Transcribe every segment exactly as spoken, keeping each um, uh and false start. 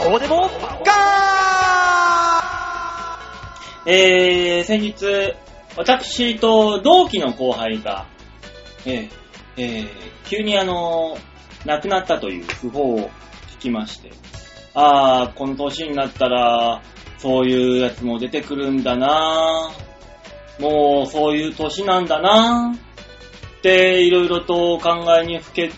こうでもガー。えー、先日、私と同期の後輩が、えーえー、急にあの、亡くなったという訃報を聞きまして、あー、この年になったら、そういうやつも出てくるんだなぁ。もう、そういう年なんだなぁ。っていろいろと考えにふけって、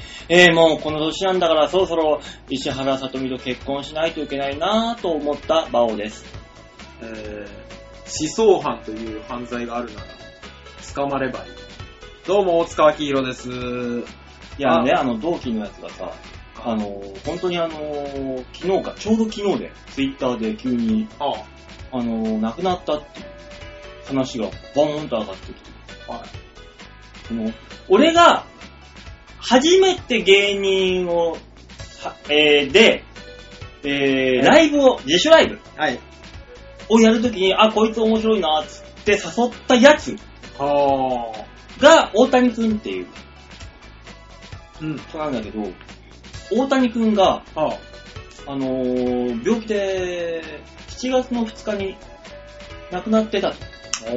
えー、もうこの年なんだからそろそろ石原さとみと結婚しないといけないなぁと思った馬王です。 えー、思想犯という犯罪があるなら捕まればいい。どうも大塚明宏です。 いやね、あの同期のやつがさ、あの本当にあの昨日かちょうど昨日でツイッターで急にああの亡くなったっていう話がバーンと上がってきて、はい、その俺が初めて芸人をは、えー、で、えー、ライブを自主ライブをやるときに、あこいつ面白いなっつって誘ったやつが大谷くんっていう人なんだけど、大谷くんが、あ, あのー、病気でしちがつのふつかに亡くなってたと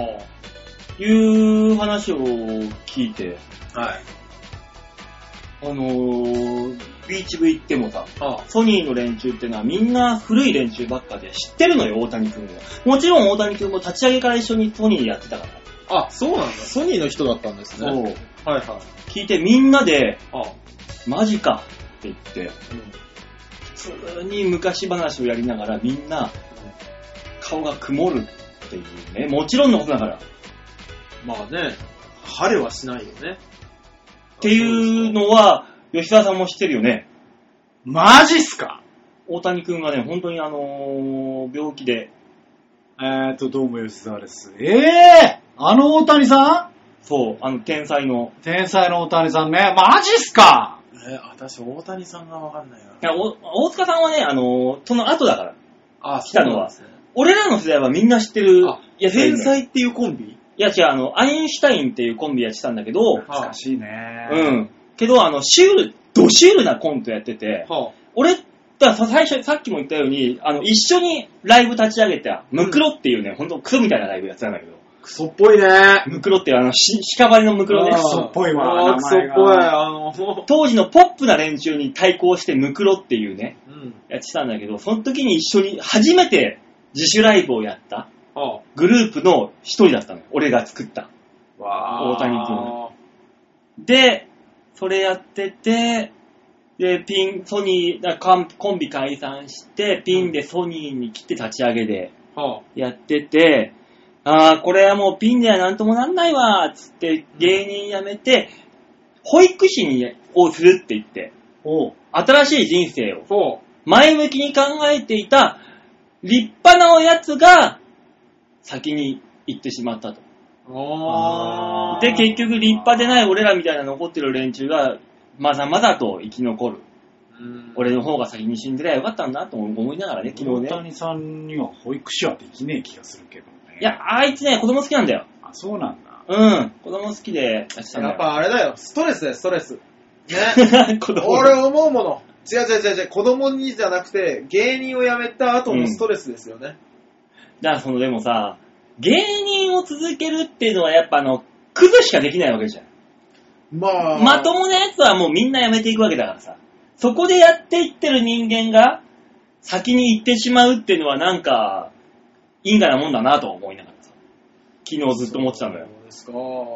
いう話を聞いて、はい、あのー、ビーチ部行ってもさ、ああソニーの連中ってのはみんな古い連中ばっかで知ってるのよ、大谷くんは。もちろん大谷くんも立ち上げから一緒にソニーやってたから。 あ、そうなんだ。ソニーの人だったんですね。そう。はいはい。 聞いてみんなで、ああマジかって言って、うん、普通に昔話をやりながらみんな顔が曇るっていうね、もちろんのことだから。 まあね、晴れはしないよね。 っていうのは吉沢さんも知ってるよね。 マジっすか？ 大谷くんがね、本当にあのー、病気で。 えーと、どうも吉沢です。ええー、あの大谷さん？ そう、あの天才の。 天才の大谷さんね。マジっすか？ えー、私大谷さんがわかんないな。いや、大塚さんはね、あのー、その後だから。 あ、 来たのは。ね、俺らの世代はみんな知ってるやつがいる。天才っていうコンビ？ いや違う、あの、アインシュタインっていうコンビやってたんだけど、 懐かしいね。 うん。けど、あの、シュール、ドシュールなコントやってて、はあ、俺、だ最初、さっきも言ったように、あの、一緒にライブ立ち上げた、ムクロっていうね、うん、ほんとクソみたいなライブやってたんだけど。 クソっぽいね。 ムクロっていう、あの、し、屍のムクロね。 クソっぽいわ。 あクソっぽい。あの、 当時のポップな連中に対抗してムクロっていうね、うん、やってたんだけど、その時に一緒に初めて自主ライブをやった。グループの一人だったのよ。俺が作った。大谷君。で、それやってて、で、ピン、ソニー、コンビ解散して、ピンでソニーに来て立ち上げで、やってて、うん、ああ、これはもうピンではなんともなんないわ、つって芸人辞めて、保育士にをするって言って、新しい人生を前向きに考えていた立派なおやつが、先に行ってしまったと。あで、結局立派でない俺らみたいな残ってる連中がまざまざと生き残る。うん俺の方が先に死んでりゃよかったんだと思いながらね、昨日ね。 大谷さんには保育士はできねえ気がするけどね。 いや、あいつね、子供好きなんだよ。 あ、そうなんだ。 うん、子供好きでやってたんだよ。 やっぱあれだよ、ストレスだよ、ストレス。ね。俺思うもの。違う違う違う違う、子供にじゃなくて、芸人を辞めた後のストレスですよね。うん、 だからそのでもさ、芸人を続けるっていうのはやっぱあの、クズしかできないわけじゃん。まあ。まともなやつはもうみんな辞めていくわけだからさ。そこでやっていってる人間が先に行ってしまうっていうのはなんか、因果なもんだなと思いながらさ。昨日ずっと思ってたんだよ。 そうですか。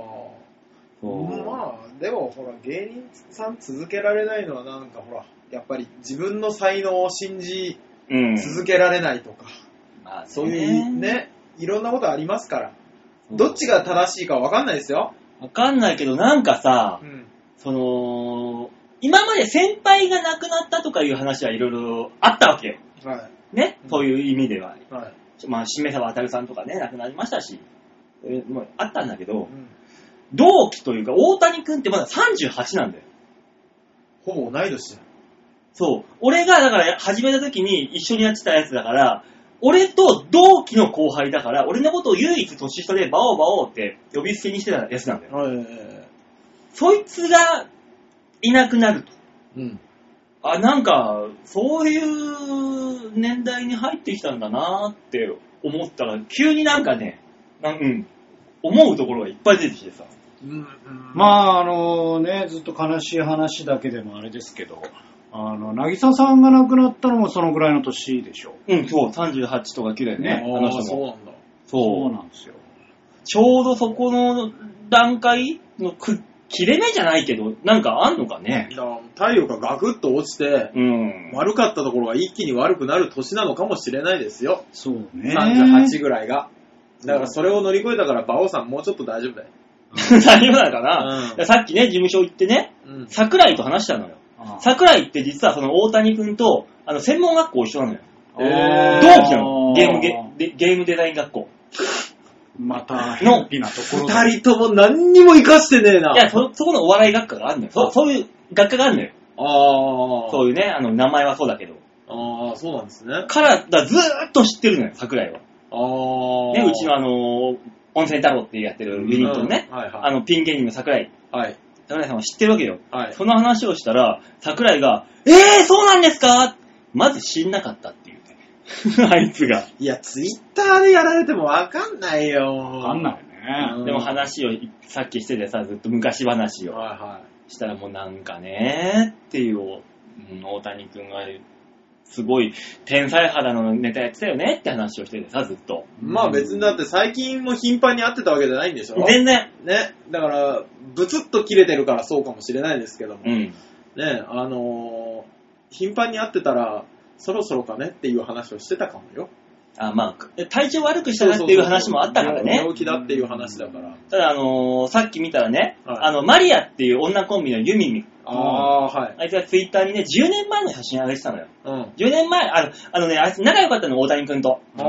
まあ、でもほら、芸人さん続けられないのはなんかほら、やっぱり自分の才能を信じ続けられないとか。うん、まあ、そういうね。いろんなことありますから。どっちが正しいかわかんないですよ。 わかんないけど、なんかさ、うん、その、今まで先輩が亡くなったとかいう話はいろいろあったわけよ。はい。ね、うん、そういう意味では。はい。まあ、しめさわたるさんとかね、亡くなりましたし、えもうあったんだけど、うん、同期というか、大谷くんってまださんじゅうはちなんだよ。 ほぼ同い年だよ。 そう。俺が、だから始めた時に一緒にやってたやつだから、俺と同期の後輩だから、俺のことを唯一年下でバオバオって呼び捨てにしてたやつなんだよ。はい、そいつがいなくなると。うん。 あ、なんか、そういう年代に入ってきたんだなって思ったら、急になんかね、なんうん、思うところがいっぱい出てきてさ。 うんうん、まあ、あのね、ずっと悲しい話だけでもあれですけど、あの、なぎささんが亡くなったのもそのぐらいの年でしょ。 うん、そう、さんじゅうはちとかきだよね、 あの人も。そうなんだ。 そう。 そうなんですよ。 ちょうどそこの段階のく切れ目じゃないけど、なんかあんのかね。 だから体力がガクッと落ちて、うん、悪かったところが一気に悪くなる年なのかもしれないですよ。 そうね。 さんじゅうはちぐらいが。だからそれを乗り越えたから、馬王さんもうちょっと大丈夫だよ。 大丈夫なのかな、うん、さっきね、事務所行ってね、うん、桜井と話したのよ。桜井って実はその大谷くんと、あの、専門学校一緒なのよ。えー、同期なの。ゲームゲ、ゲームデザイン学校。 また、の、ピなところ。 二人とも何にも活かしてねえな。 いや、そ、そこのお笑い学科があるのよ。そ、そういう学科があるのよ。ああ。そういうね、あの、名前はそうだけど。 ああ、そうなんですね。 から、だずーっと知ってるのよ、桜井は。ああ。ね、うちのあのー、温泉太郎ってやってるユニットのね、うんはいはい、あの、ピン芸人の桜井。はい。桜井さんは知ってるわけよ。はい。その話をしたら、桜井が、えー、そうなんですかまず知んなかったっていうね。あいつが。 いや、ツイッターでやられてもわかんないよ。 わかんないね。 うん、でも話をさっきしててさ、ずっと昔話を。はいはい。したらもうなんかねーっていう、うん、大谷くんが、すごい天才肌のネタやってたよねって話をしててさ、ずっと。 まあ別にだって最近も頻繁に会ってたわけじゃないんでしょ？ 全然。 ね。だから、ブツッと切れてるからそうかもしれないですけども。うん。ね、あのー、頻繁に会ってたら、そろそろかねっていう話をしてたかもよ。 あ、まあ、体調悪くしたなっていう話もあったからね。 病気だっていう話だから。 ただ、あのー、さっき見たらね、はい、あの、マリアっていう女コンビのユミミ。ああ、はい。あいつがツイッターにね、じゅうねんまえの写真上げてたのよ。うん。じゅうねんまえ、あの、あのね、あいつ仲良かったの、大谷くんと。うん。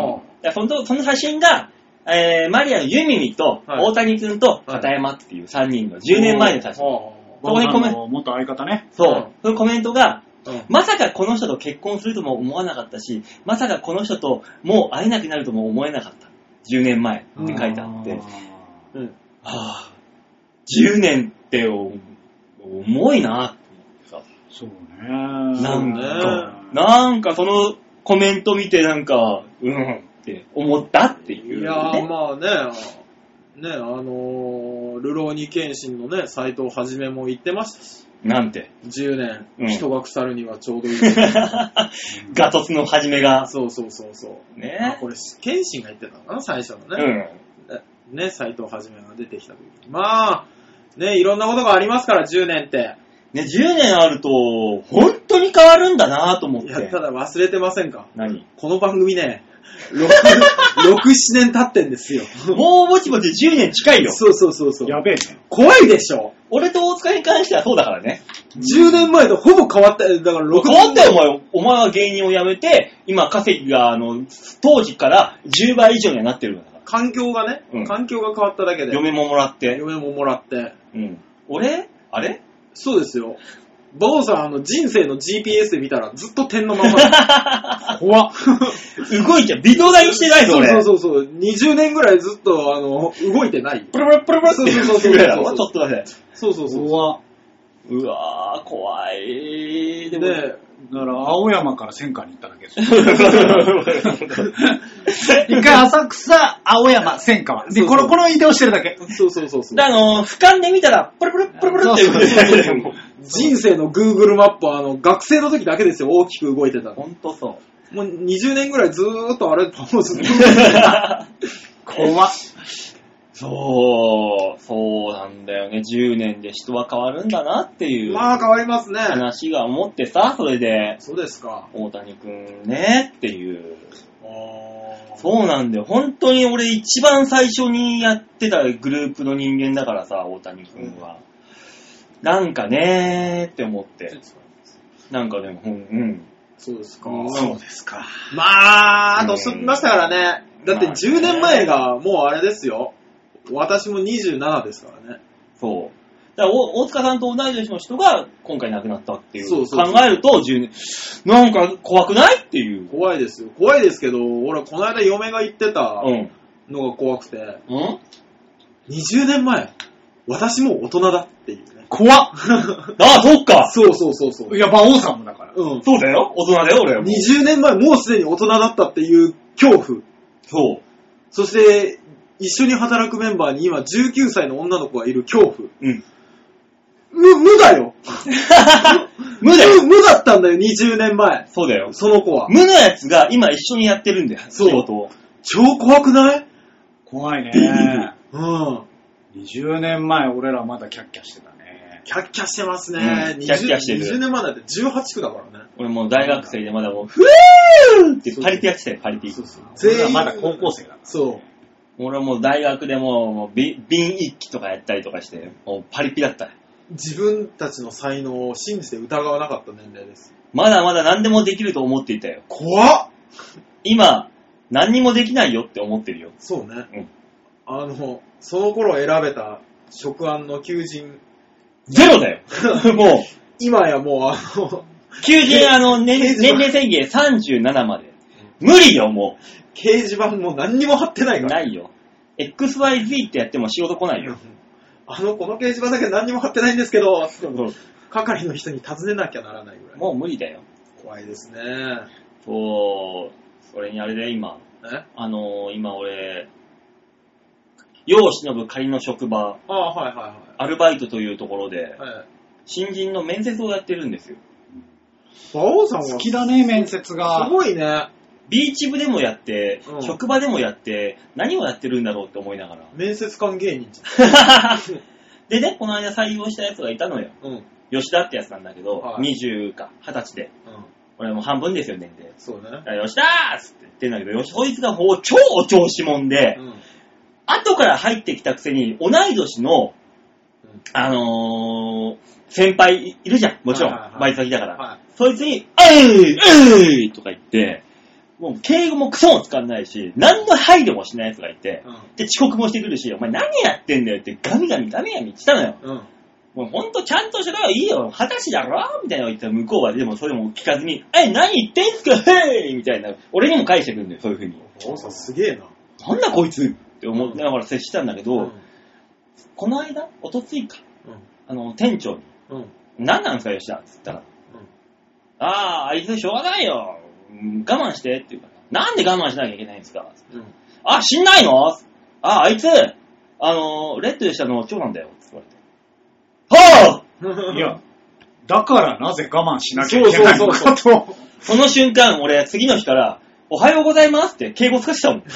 その、その写真が、えー、マリアのユミミと、大谷くんと片山っていうさんにんのじゅうねんまえの写真。そこにコメント。元相方ね。 そう。そのコメントが、うん、まさかこの人と結婚するとも思わなかったし、まさかこの人ともう会えなくなるとも思えなかった。じゅうねんまえって書いてあって。うん。はあ、じゅうねんって重いなってさ。 そうね。 なんか、なんかそのコメント見てなんか、うんって思ったっていう、ね。 いやーまあね、ね、あのー、ルローニケンシンのね、斎藤はじめも言ってましたし。 なんてじゅうねん、うん、人が腐るにはちょうどいい。 ガトツの始めが。 そうそうそうそう。ね。あ、これ、ケンシンが言ってたのかな、最初のね。うん。ね、斎藤はじめが出てきた時。まあ、ね、いろんなことがありますから、じゅうねんって。 ね、じゅうねんあると、本当に変わるんだなと思って。いや、ただ忘れてませんか？ 何？ この番組ね、ろく、ろく、ななねん経ってんですよ。 もうぼちぼちじゅうねん近いよ。 そうそうそうそう。 やべえね。 怖いでしょ。 俺と大塚に関してはそうだからね。 じゅうねんまえとほぼ変わった。だからろく変わったよ、お前。お前は芸人を辞めて、今稼ぎが、あの、当時からじゅうばい以上にはなってるんだから。 環境がね、うん、環境が変わっただけで。 嫁ももらって。 嫁ももらって。 うん。俺あれそうですよ。バオさん、あの、人生の ジーピーエス で見たらずっと点のままだ。 怖っ。動いて、微動だにしてないぞ、俺。 そうそうそう。にじゅうねんぐらいずっと、あの、動いてない。 プルプルプルプルって。 そうそうそうそう。 ちょっと待って。 そうそうそう。 怖っ。うわー、怖い。でも、ね、 だから、青山から戦火に行っただけですよ。一回浅草、青山、戦火は。で、この、この移動してるだけ。 そうそうそうそう。 で、あの、俯瞰で見たら、プルプルプルプルって動いてる。 人生の Google マップは、あの、学生の時だけですよ、大きく動いてたの。 ほんとそう。 もうにじゅうねんぐらいずーっとあれ、パフォーズ怖っ。そう、そうなんだよね。じゅうねんで人は変わるんだなっていう。 まあ変わりますね。 話が思ってさ、それで。 そうですか。 大谷くんねっていう。あ、そうなんだよ。本当に俺一番最初にやってたグループの人間だからさ、大谷くんは。うん、なんかねーって思って。なんかでも、うん。 そうですか。 そうですか。 まあ、年取りましたからね。だってじゅうねんまえがもうあれですよ。私もにじゅうななですからね。 そう。だから大塚さんと同い年の人が今回亡くなったっていう。そうそうそう考えるとじゅうねん、なんか怖くないっていう。 怖いですよ。怖いですけど、俺この間嫁が言ってたのが怖くて。うん。にじゅうねんまえ、私も大人だっていうね。 怖っ。ああ、そっか。 そうそうそうそう。 いや、馬王さんもだから。 うん。そうだよ。大人だよ、俺。 にじゅうねんまえ、もうすでに大人だったっていう恐怖。 そう。 そして、一緒に働くメンバーに今じゅうきゅうさいの女の子がいる恐怖。 うん。 無、無だよ。 無だよ。 無、無だったんだよ、にじゅうねんまえ。 そうだよ。 その子は。 無のやつが今一緒にやってるんだよ、仕事を。 超怖くない？ 怖いね。 うん。 にじゅうねんまえ、俺らまだキャッキャしてたね。 キャッキャしてますね。 うん、キャッキャしてる。 にじゅうねんまえだってじゅうはち区だからね。 俺もう大学生でまだもう、ふーってパリピやってたよ、パリピ。そうそう。 全員まだ高校生だから。 そう。 俺はもう大学でもう、もう瓶一気とかやったりとかして、もうパリピだったよ。 自分たちの才能を信じて疑わなかった年齢です。 まだまだ何でもできると思っていたよ。 怖っ！ 今、何にもできないよって思ってるよ。 そうね。 うん。 あの、その頃選べた職案の求人。 ゼロだよもう。 今やもうあの、 求人あの、年、年齢制限さんじゅうななまで。無理よ、もう。 掲示板も何にも貼ってないから。 ないよ。エックスワイゼット ってやっても仕事来ないよ。 あの、この掲示板だけ何にも貼ってないんですけど、係の人に尋ねなきゃならないぐらい。 もう無理だよ。 怖いですね。 そう、それにあれで今、 えあのー、今俺、世を忍ぶ仮の職場、 ああ、はいはいはい。 アルバイトというところで、 はい、 新人の面接をやってるんですよ。 馬王さんは好きだね、面接が。 すごいね。 ビーチ部でもやって、 うん、 職場でもやって、何をやってるんだろうって思いながら。 面接官芸人じゃん。 でね、この間採用したやつがいたのよ。 うん、 吉田ってやつなんだけど、 はい、 にじゅうか、はたちで。 うん、 俺もう半分ですよ、年齢。 そうね。 吉田ーっつって言ってんだけど、よし、こいつがもう超お調子者で、うん、後から入ってきたくせに、同い年の、うん、あのー、先輩いるじゃん、もちろん、はいはいはい、バイト先だから。はい、そいつに、えいえいとか言って、もう敬語もクソも使わないし、何の配慮もしない奴がいて、うん、で、遅刻もしてくるし、お前何やってんだよってガミガミガミガミ言ってたのよ。うん、もうほんとちゃんとしろよ、いいよ、二十歳だろみたいなの言ったら向こうはでもそれも聞かずに、え、何言ってんすかへいみたいな、俺にも返してくるんだよ、そういう風に。 おさんすげえな。 なんだこいつって思ってながら接したんだけど、うん、この間、おとついか、うん、あの、店長に、うん、何なんですか、吉田って言ったら、うん、あー、あいつしょうがないよ。我慢してって言うから、なんで我慢しなきゃいけないんですか、うん、あ、死んないのあ、あいつ、あの、レッドでしたの長男だよって言われて。はぁいや、だからなぜ我慢しなきゃいけないのかと。 その瞬間、俺、次の日から、おはようございますって敬語使ってたもん。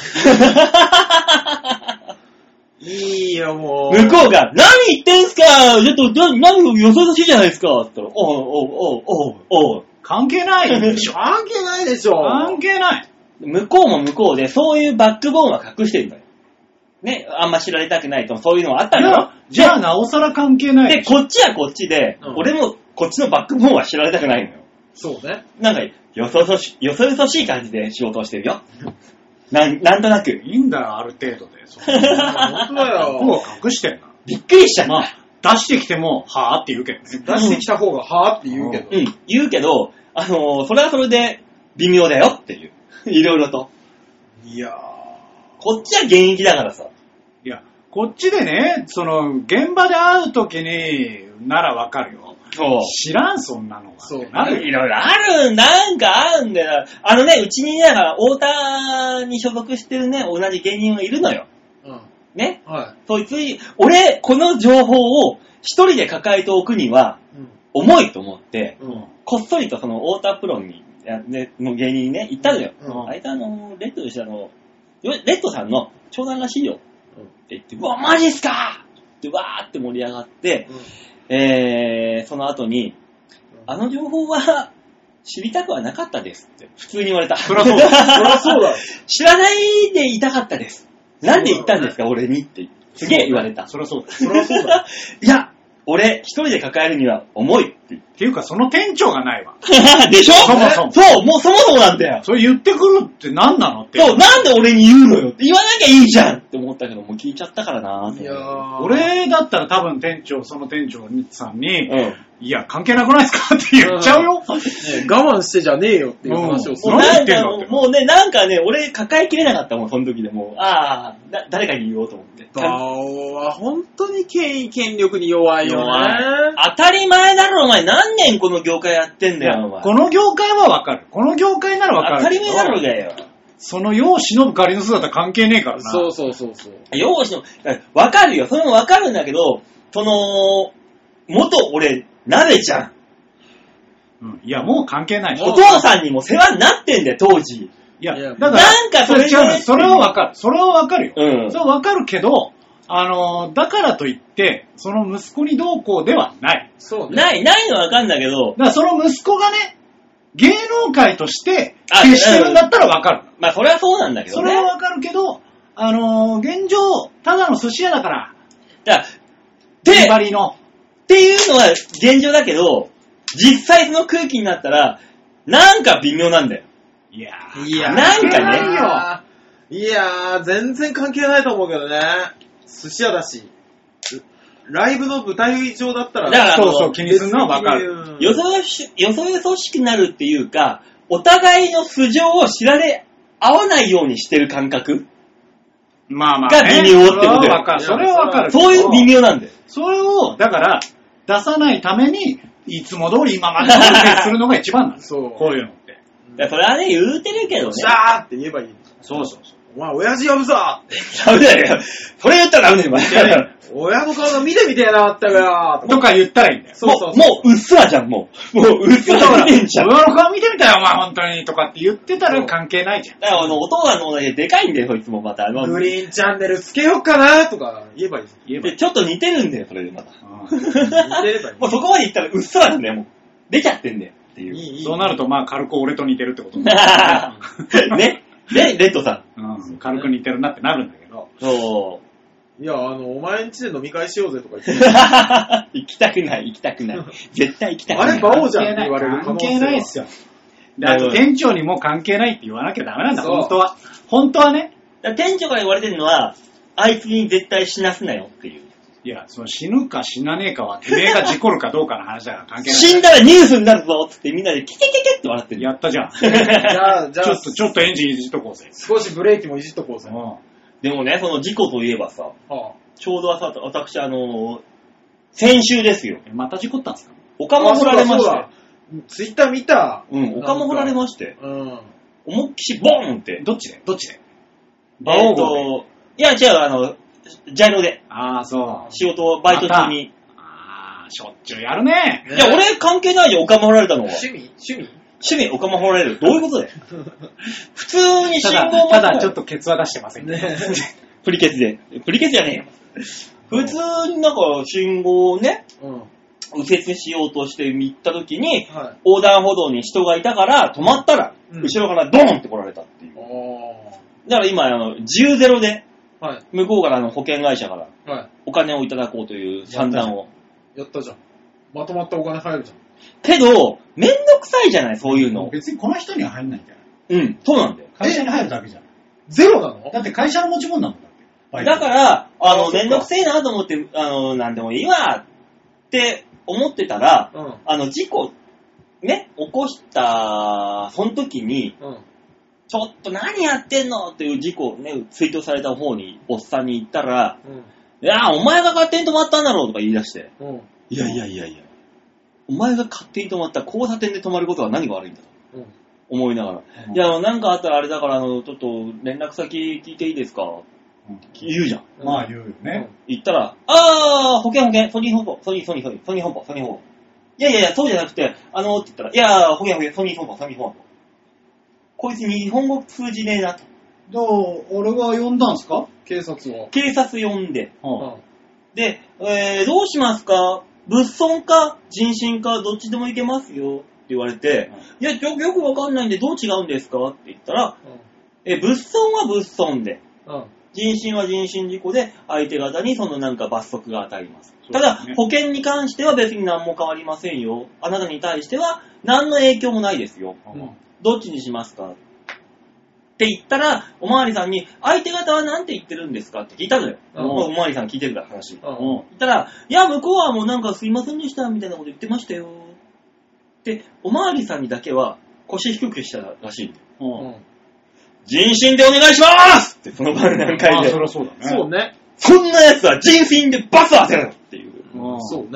いいよ、もう。 向こうが、何言ってんすかちょっと、何よそよそしいじゃないですかって言ったら、おうおうおうおうおう関係ないでしょ。 関係ないでしょ。 関係ない。 向こうも向こうで、そういうバックボーンは隠してるのよ。ね、あんま知られたくないと、そういうのはあったのよ。 じゃあ、なおさら関係ないで。 で、こっちはこっちで、うん、俺もこっちのバックボーンは知られたくないのよ。 そうね。 なんか、よそよそし、よそよそしい感じで仕事をしてるよ。なん、なんとなく。いいんだよ、ある程度で。 本当だよ。 こう隠してんな。 びっくりした。 まあ、出してきても、はぁって言うけどね。 出してきた方が、はぁって言うけど。 うん、言うけど、あのー、それはそれで微妙だよっていう。いろいろと。 いやー。 こっちは現役だからさ。 いや、こっちでね、その、現場で会うときに、ならわかるよ。 そう。 知らん、そんなのが。 そう。いろいろある、なんかあるんだよ。あのね、うちにね、太田に所属してるね、同じ芸人がいるのよ。うん。ね。はい。そいつ、俺、この情報を一人で抱えておくには、うん、重いと思って、うん、こっそりとその太田プロに、の芸人にね、言ったのよ。うん、あいつあの、レッドでしたの、レッドさんの長男らしいよ。うん、って言って、うわ、マジっすかってわーって盛り上がって、うん、えー、その後に、あの情報は知りたくはなかったですって普通に言われた。 そりゃそうだ。そりゃそうだ。 知らないでいたかったです。なんで言ったんですか、俺にってすげえ言われた。 そりゃそうだ。 そりゃそうだ。 いや、俺一人で抱えるには重いって。 っていうかその店長がないわ。 でしょ？ そもそも。 そう、もうそもそもなんだよ。 それ言ってくるって何なのって。 そう、なんで俺に言うのよって言わなきゃいいじゃんって思ったけど、もう聞いちゃったからなーって。 いやー。 俺だったら多分店長、その店長さんに、うん、いや、関係なくないですかって言っちゃうよ。 うん、ね、我慢してじゃねえよっていう話をする。 もうなんかもう、もうね、なんかね、俺抱えきれなかったもん、その時でもう、ああ、誰かに言おうと思って。 バオは本当に権威、権力に弱いよね。 当たり前だろ、お前。何年この業界やってんだよ、お前。 この業界はわかる。この業界ならわかる。 当たり前だろがよ。 その世を忍ぶ仮の姿関係ねえからな。 そうそうそうそう。 世を忍ぶ。わかるよ。それもわかるんだけど、その、元俺、鍋ちゃん。 うん、いや、もう関係ない。 お父さんにも世話になってんだよ、当時。 いや、 だから、なんかそれそれそれはわかる。それはわかるよ。 うん。 それはわかるけど、あのー、だからといって、その息子にどうこうではない。 そうね。ない、ないのはわかんだけど。 だからその息子がね、芸能界として決してるんだったらわかる。 まあ、それはそうなんだけどね。 それはわかるけど、あのー、現状、ただの寿司屋だから。 だから、 で、バリの。 っていうのは現状だけど、実際その空気になったら、なんか微妙なんだよ。 いやー、いやーなんかね。いやー、全然関係ないと思うけどね。寿司屋だし。ライブの舞台上だったら、 だからそうそう気にするのはわかる。 よそよし、よそよそしくなるっていうか、お互いの素性を知られ合わないようにしてる感覚まあまあ、 が微妙ってことだよ。 それはわかる。 そういう微妙なんだよ。 それを、だから、出さないために、いつも通り今まで通りするのが一番なんですよ。こういうのって。 いや、それはね、言うてるけどね。 シャーって言えばいい。 そうそうそう。 お前、親父呼ぶぞって。 ダメだよ。それ言ったらダメだよ、お前。 親の顔が見てみてえなったよ。 とか言ったらいいんだよ。 そうそうそう。もう、うっすらじゃん、もう。もう、うっすら見てんじゃん。 親の顔見てみたよ、お前、本当に。とかって言ってたら関係ないじゃん。 だから、あの、お父さんの方だけでかいんだよ、そいつもまた。 グリーンチャンネルつけよっかなとか言えばいい。 言えばいい。で、ちょっと似てるんだよ、それでまた。 似てればいい。 もうそこまで言ったらうっすらなんだよ、もう。出ちゃってんだよ、っていう。いいいいそうなると、まあ、軽く俺と似てるってことになる。ね。ね、レッドさん。うん。軽く似てるなってなるんだけど。 そう。 いや、あの、お前ん家で飲み会しようぜとか言って。 行きたくない、行きたくない。絶対行きたくない。 あれ、馬王じゃんって言われる可能性は。 関係ないっすよ。で、あと店長にも関係ないって言わなきゃダメなんだ、本当は。本当はね。 店長から言われてるのは、あいつに絶対死なすなよっていう。 いや、その死ぬか死なねえかは、てめえが事故るかどうかの話だから関係ない。 死んだらニュースになるぞってみんなでキケキケって笑ってる。 やったじゃん。 じゃあ、じゃあ、 ちょっと、ちょっとエンジンいじっとこうぜ。 少しブレーキもいじっとこうぜ。 でもね、その事故といえばさ、 はあ、 ちょうど朝、私、あのー、先週ですよ。 また事故ったんですか？ 丘も掘られまして。 ツイッター見た。 うん、丘も掘られまして。 うん。 思いっきしボーンって。 どっちでどっちで馬王号。いや、違う、あの、ジャイロで。 ああ、そう。 仕事、バイト中に。 ああ、しょっちゅうやるね。 いや、俺関係ないじゃん、丘も掘られたのは。 趣味趣味趣味、丘も掘られる。どういうことだよ。普通に信号も。 ただ、ちょっとケツは出してませんね。 プリケツで。プリケツじゃねえよ。普通になんか信号をね、うん、右折しようとして行った時に、はい、横断歩道に人がいたから止まったら、うん、後ろからドーンって来られたっていう。だから今、あの、じゅうゼロで、はい、向こうからの保険会社からお金をいただこうという算段を。 やったじゃん。まとまったお金入るじゃん。 けど、めんどくさいじゃない、そういうの。 別にこの人には入んないんじゃない？ うん、そうなんだよ。 会社に入るだけじゃない。 ゼロなの？ だって会社の持ち物なんだって。だから、あの、めんどくせえなと思って、あの、なんでもいいわって思ってたら、うん、あの、事故、ね、起こした、その時に、うん、ちょっと何やってんのっていう事故をね、ツイートされた方に、おっさんに言ったら、うん、いや、お前が勝手に止まったんだろうとか言い出して、うん、いやいやいやいや、お前が勝手に止まった交差点で止まることは何が悪いんだと、うん、思いながら、うん、いや、なんかあったらあれだから、あの、ちょっと連絡先聞いていいですかって言うじゃん。 まあ言うよね。 言ったら、あー、保険保険、ソニー本舗、ソニー、ソニー、ソニー、ソニー本舗、ソニー本舗。いやいやいや、そうじゃなくて、あの、って言ったら、いやー、保険保険、ソニー本舗、ソニー本舗。こいつ日本語通じねえなと。 どう、俺は呼んだんすか？ 警察を。 警察呼んで。 うん、 で、えー、どうしますか？物損か人身かどっちでもいけますよって言われて、うん、いや、よ、よくわかんないんでどう違うんですかって言ったら、うん、え、物損は物損で、うん、人身は人身事故で相手方にそのなんか罰則が当たります。ただ、ね、保険に関しては別に何も変わりませんよ。あなたに対しては何の影響もないですよ。うん、どっちにしますかって言ったら、おまわりさんに、相手方は何て言ってるんですかって聞いたのよ。うん、おまわりさん聞いてるから話。うん、言ったら、いや、向こうはもうなんかすいませんでしたみたいなこと言ってましたよ。で、おまわりさんにだけは腰低くしたらしいんだよ。うん、人身でお願いしますって、その場の段階で。 あ、そりゃそうだね。 そうね。 そんな奴は人身でバス当てるっていう。 うん、そうね。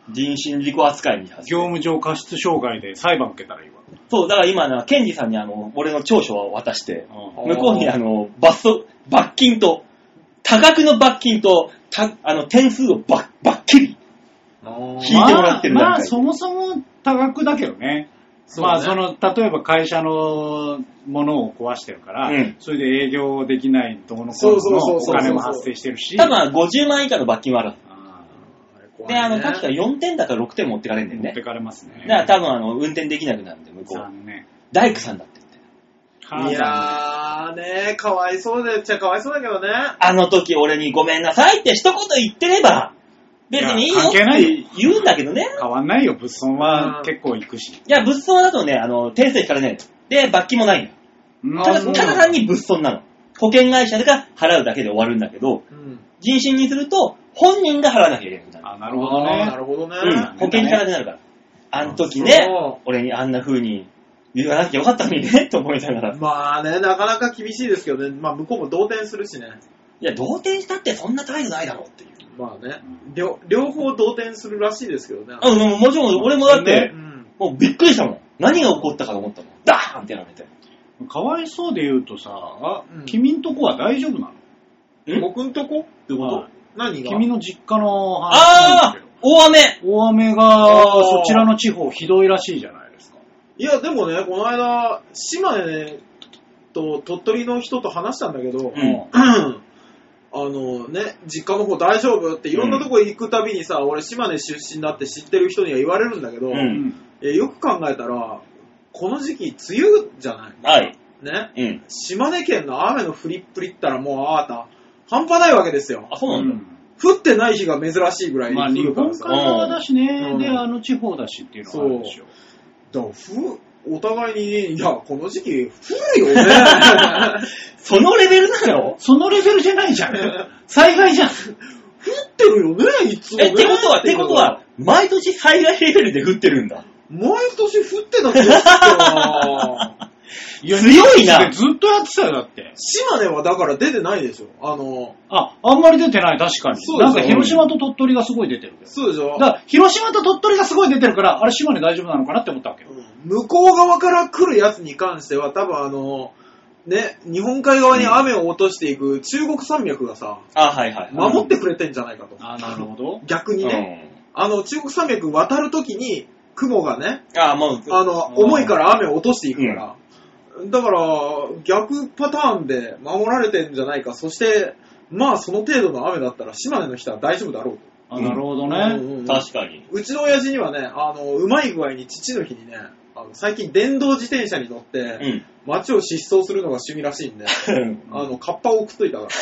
人身事故扱いに。 業務上過失傷害で裁判受けたらいいわ。 そう、だから今な、ケンジさんにあの、俺の調書を渡して、向こうにあの、罰則、罰金と、多額の罰金と、たあの、点数をばばっきり、引いてもらってる段階で。 まあ、まあ、そもそも多額だけどね。まあ、その、例えば会社のものを壊してるから、うん、それで営業できないどうのこうのお金も発生してるし。 多分ごじゅうまん以下の罰金はある。で、あの、確かよんてんだかろくてん持ってかれるんだよね。 持ってかれますね。 だから多分、あの、運転できなくなるんで、向こう。 残念。 大工さんだって言って。いやーね、かわいそうでっちゃかわいそうだけどね。 あの時俺にごめんなさいって一言言ってれば、別にいいよって言うんだけどね。 変わんないよ、物損は結構行くし。 いや、物損だとね、あの、点数引かれないの。で、罰金もないの。ただ、ただ単に物損なの。保険会社が払うだけで終わるんだけど、うん、人身にすると、本人が払わなきゃいけない。 あ、なるほどね。 なるほどね。 うん、保険からになるから。あの時ね、俺にあんな風に言わなきゃよかったのにね、と思いながら。 まあね、なかなか厳しいですけどね。まあ向こうも動転するしね。 いや、動転したってそんな態度ないだろうっていう。 まあね、両, 両方動転するらしいですけどね。 うん、もちろん俺もだって、うん、もうびっくりしたもん。何が起こったかと思ったもん。ダーンってやられて。 かわいそうで言うとさ、あ、うん、君んとこは大丈夫なの？僕んとこってこと？何が？ 君の実家の話なんですけど。あー！大雨大雨がそちらの地方ひどいらしいじゃないですか。 いや、でもね、この間、島根と鳥取の人と話したんだけど、うん、あのね、実家の方大丈夫っていろんなとこ行くたびにさ、うん、俺島根出身だって知ってる人には言われるんだけど、うん、えよく考えたら、この時期梅雨じゃない？ はい。 ね、うん、島根県の雨の降りっぷりったらもうあーた、半端ないわけですよ。 あ、そうなんだ。うん、 降ってない日が珍しいぐらいに降るからさ。 まあ、日本海側だしね、うん、で、あの地方だしっていうのがあるでしょ。 だからふお互いに、いや、この時期降るよね。 そのレベルなの？ そのレベルじゃないじゃん。災害じゃん。降ってるよね、いつもね。 え、ってことは、ってことは、毎年災害レベルで降ってるんだ。 毎年降ってた気がするよ。 いや強いな。 ずっとやってたよ、だって。 島根はだから出てないでしょ。あの、 あ、あんまり出てない、確かに。そうでしょ。なんか広島と鳥取がすごい出てるけど。 そうでしょ。 だから広島と鳥取がすごい出てるから、あれ島根大丈夫なのかなって思ったわけよ。 うん、向こう側から来るやつに関しては、多分あの、ね、日本海側に雨を落としていく中国山脈がさ、 あ、はいはい。 守ってくれてんじゃないかと。 あ、なるほど。 逆にね、うん、あの、中国山脈渡るときに、雲がね、 あ、もう、 あの、重いから雨を落としていくから、うん、だから、逆パターンで守られてんじゃないか。そして、まあその程度の雨だったら島根の人は大丈夫だろうと。 あ、なるほどね。 うんうん、確かに。 うちの親父にはね、あの、うまい具合に父の日にね、あの最近電動自転車に乗って、うん、街を疾走するのが趣味らしいんで、あの、カッパを送っといたから。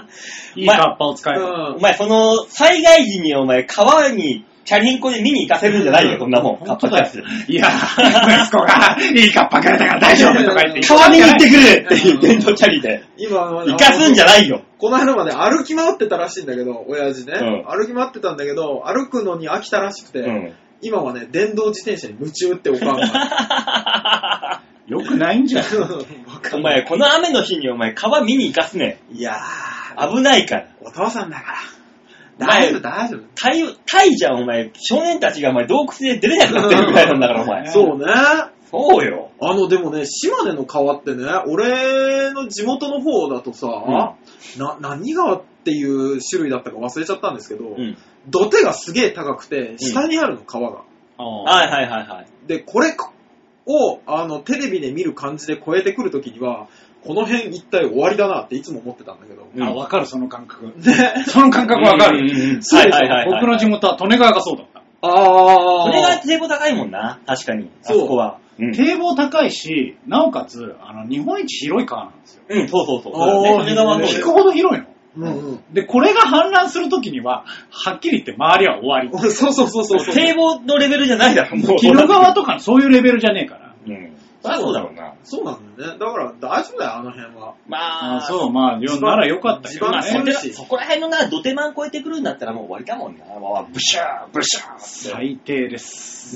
いいカッパを使えば、 うん。お前、その、災害時にお前、川に、チャリンコで見に行かせるんじゃないよ、こんなもん。カッパキャッチ。 いや、息子がいいカッパくれたから大丈夫とか言って。 川見に行ってくれっていう電動チャリで。今、行かすんじゃないよ。 この間まで歩き回ってたらしいんだけど、親父ね。うん、歩き回ってたんだけど、歩くのに飽きたらしくて、うん、今はね、電動自転車に夢中っておかんが。 よくないんじゃん。 お前、この雨の日にお前、川見に行かすね。 いやー、危ないから。 お父さんだから。大丈夫、大丈夫。 タイ、タイじゃん、お前。少年たちがお前、洞窟で出れなくなってるぐらいなんだから、お前。 そうね。 そうよ。 あの、でもね、島根の川ってね、俺の地元の方だとさ、うん、な、何川っていう種類だったか忘れちゃったんですけど、うん、土手がすげえ高くて、下にあるの、川が。 うん、はいはいはいはい。 で、これを、あの、テレビで見る感じで越えてくるときには、この辺一体終わりだなっていつも思ってたんだけど。 うん、あ、わかる、その感覚。ね、その感覚わかる。うんうんうん、そうですよ。僕の地元は利根川がそうだった。 ああ。利根川って堤防高いもんな。確かに。あそこは。 うん、堤防高いし、なおかつ、あの、日本一広い川なんですよ。 うん、そうそうそう。そう利根川の。引くほど広いの。うんうん、で、これが氾濫するときには、はっきり言って周りは終わり。 そうそうそうそう。 堤防のレベルじゃないだろ、もう。 鬼怒川とかのそういうレベルじゃねえから。 うん。そうだろうな。 そうなんだよね。だから大丈夫だよ、あの辺は。 まあ、 そう、まあ、ならよかったけどね。 そこら辺のな、土手マン超えてくるんだったらもう終わりだもんな。まあ、ブシャー、ブシャー。 最低です。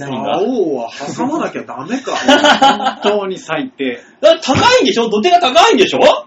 何が青は挟まなきゃダメか。 本当に最低。 だ高いんでしょ？土手が高いんでしょ？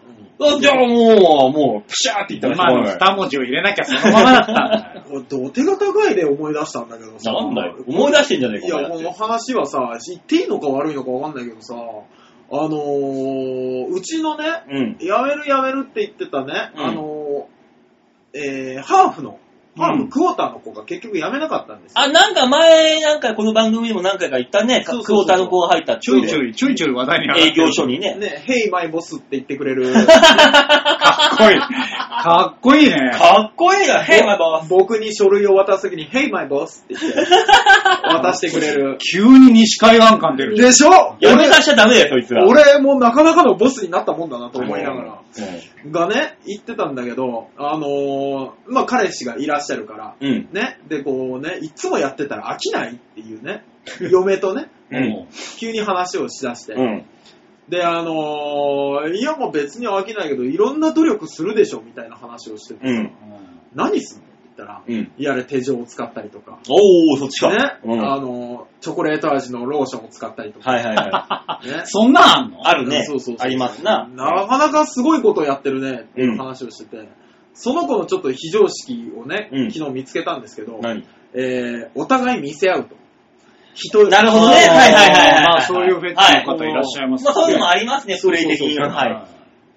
じゃあもう、もう、プシャーって言ったら今の二文字を入れなきゃそのままだったんだよ。 土手が高いで思い出したんだけどさ。 なんだよ。思い出してんじゃねえか。 いや、この話はさ、言っていいのか悪いのかわかんないけどさ、あのー、うちのね、うん、辞める辞めるって言ってたね、うん、あのー、えー、ハーフの、ハーフクォーターの子が結局辞めなかったんですよ。 あ、なんか前、なんかこの番組でも何回か言ったね、そうそうそうクォーターの子が入ったちょいちょい、ちょいちょい話題に上がって営業所にね。 ね、ヘイマイボスって言ってくれる。 かっこいい。かっこいいね。 かっこいいな、ヘイマイボス。 僕に書類を渡すときに、ヘイマイボスって言って、渡してくれる。 急に西海岸感出る。 でしょやめさしちゃダメだよ、そいつら。 俺もなかなかのボスになったもんだなと思いながら。うん、がね、言ってたんだけど、あのー、まあ、彼氏がいらっしゃるから、うん、ね、で、こうね、いつもやってたら飽きないっていうね、嫁とね、うん、急に話をしだして、うん、で、あのー、いやもう別に飽きないけど、いろんな努力するでしょ、みたいな話をしてて、うん、何すんのって言ったら、うん、いやれ手錠を使ったりとか、 おー、そっちか。 ね、うん、あのー、チョコレート味のローションを使ったりとか、 はいはいはい。 ね、そんなんあんの？ あるね。 そうそうそうありますな。 なかなかすごいことをやってるね、っていう話をしてて、うん、その子のちょっと非常識をね、うん、昨日見つけたんですけど、 何？ えー、お互い見せ合うと。 人なるほどね。はいはいはいはい。 まあそういうフェチの方いらっしゃいますね。 まあそういうのもありますね、プレイ的には。はい。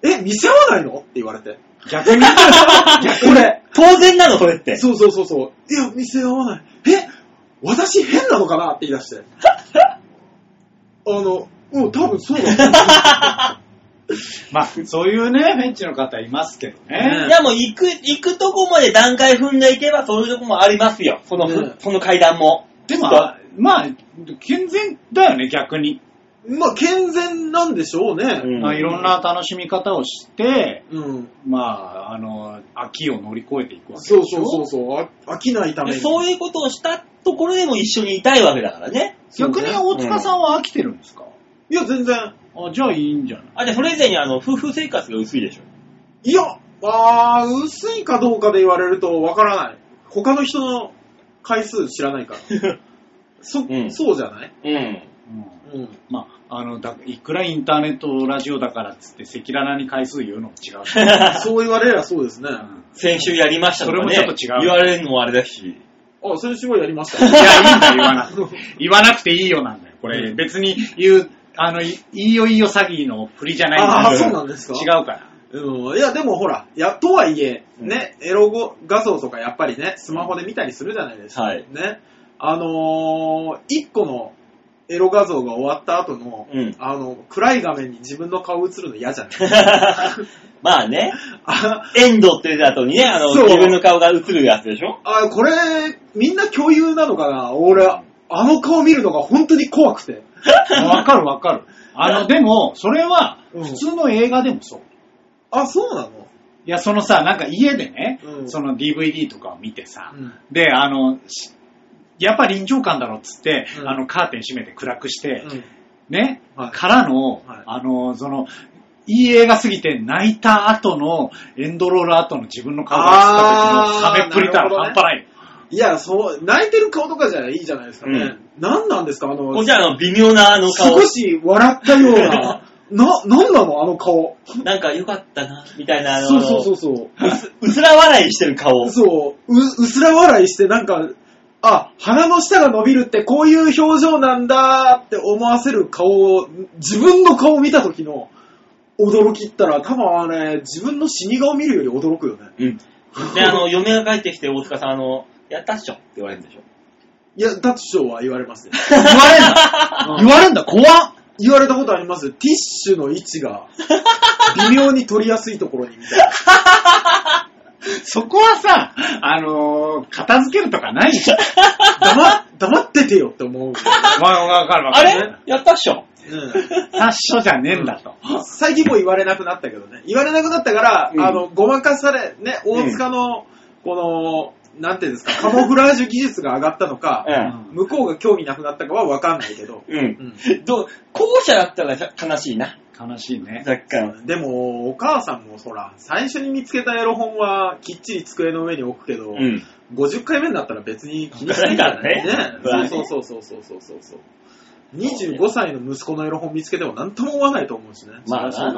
え、見せ合わないのって言われて。 逆に逆俺。 当然なの、それって。 そうそうそうそう。いや、見せ合わない。え、私変なのかなって言い出して。あの、うん、多分そうだ。 まあ、そういうね、フェンチの方いますけどね。 いや、もう行く、行くとこまで段階踏んでいけば、そういうとこもありますよ。その、ね、その階段も。 でも、まあ、健全だよね、逆に。 まあ、健全なんでしょうね。 うん、まあ、いろんな楽しみ方をして、うん、まあ、あの、飽きを乗り越えていくわけでしょ。 そうそうそう。飽きないために。 そういうことをしたところでも一緒にいたいわけだからね。 逆に大塚さんは飽きてるんですか？ いや、全然。 あ、じゃあいいんじゃない？ あ、じゃあそれ以前にあの、夫婦生活が薄いでしょ？ いや、あー、薄いかどうかで言われるとわからない。他の人の回数知らないから。そ、うん、そうじゃない？うん。 うん。うん、まあ、あのだ、いくらインターネットラジオだからっつって赤裸々に回数言うのも違うし。 そう言われればそうですね。うん、 先週やりましたとかね。 それもちょっと違う。 言われるのもあれだし。 あ、先週はやりました。 いや、いいんだ、言わなくて。言わなくていいよなんだよ。これ、別に言う、あの、いいよいいよ詐欺の振りじゃないんだよ。 ああ、そうなんですか？ 違うから。 うん。いや、でもほら、や、とはいえ、ね、エロ画像とかやっぱりね、スマホで見たりするじゃないですか。はい。ね。あのー、一個のエロ画像が終わった後の、うん、あの、暗い画面に自分の顔映るの嫌じゃないまあね。エンドって言った後にね、あの、自分の顔が映るやつでしょ？ あ、これ、みんな共有なのかな？俺、あの顔見るのが本当に怖くて。 わかるわかる。あの、でも、それは、普通の映画でもそう。うん、 あ、そうなの？ いや、そのさ、なんか家でね、うん、その ディーブイディー とかを見てさ、うん、で、あの、やっぱ臨場感だろっつって、うん、あの、カーテン閉めて暗くして、うん、ね、はい、からの、はい、あの、その、いい映画すぎて泣いた後の、エンドロール後の自分の顔が映った時の冷めっぷりたら半端ない。 いや、そう、泣いてる顔とかじゃいいじゃないですかね。うん、何なんですかあの、 こじゃあの、微妙なあの顔。 少し笑ったような、な、なんなのあの顔。 なんか良かったな、みたいなあの。 そうそうそうそう。 うす、うすら笑いしてる顔。 そう、う、うすら笑いしてなんか、あ、鼻の下が伸びるってこういう表情なんだって思わせる顔を、自分の顔を見た時の驚きったら、多分あれ、自分の死に顔見るより驚くよね。 うん。で、あの、嫁が帰ってきて大塚さん、あの、やったっしょって言われるんでしょ？ いや、だっしょは言われますね。 言われんだ言われんだ怖っ言われたことあります。ティッシュの位置が微妙に取りやすいところにみたいな。 そこはさ、あのー、片付けるとかないじゃん。 黙、黙っててよって思う。 わ、わかるわかる。あれやったっしょうん。たっしょじゃねえんだと、 うん。最近もう言われなくなったけどね。言われなくなったから、うん、あの、ごまかされ、ね、大塚の、この、なんていうんですか、カモフラージュ技術が上がったのか、うん、向こうが興味なくなったかは分かんないけど。うん。うん、 どう後者だったら悲しいな。 悲しいね。 若干。 でも、お母さんもそら、最初に見つけたエロ本はきっちり机の上に置くけど、うん、ごじゅっかいめになったら別に気にしないからね。ねそうそうそうそうそうそうそう。にじゅうごさいの息子のエロ本見つけても何とも思わないと思うしね。 まあな。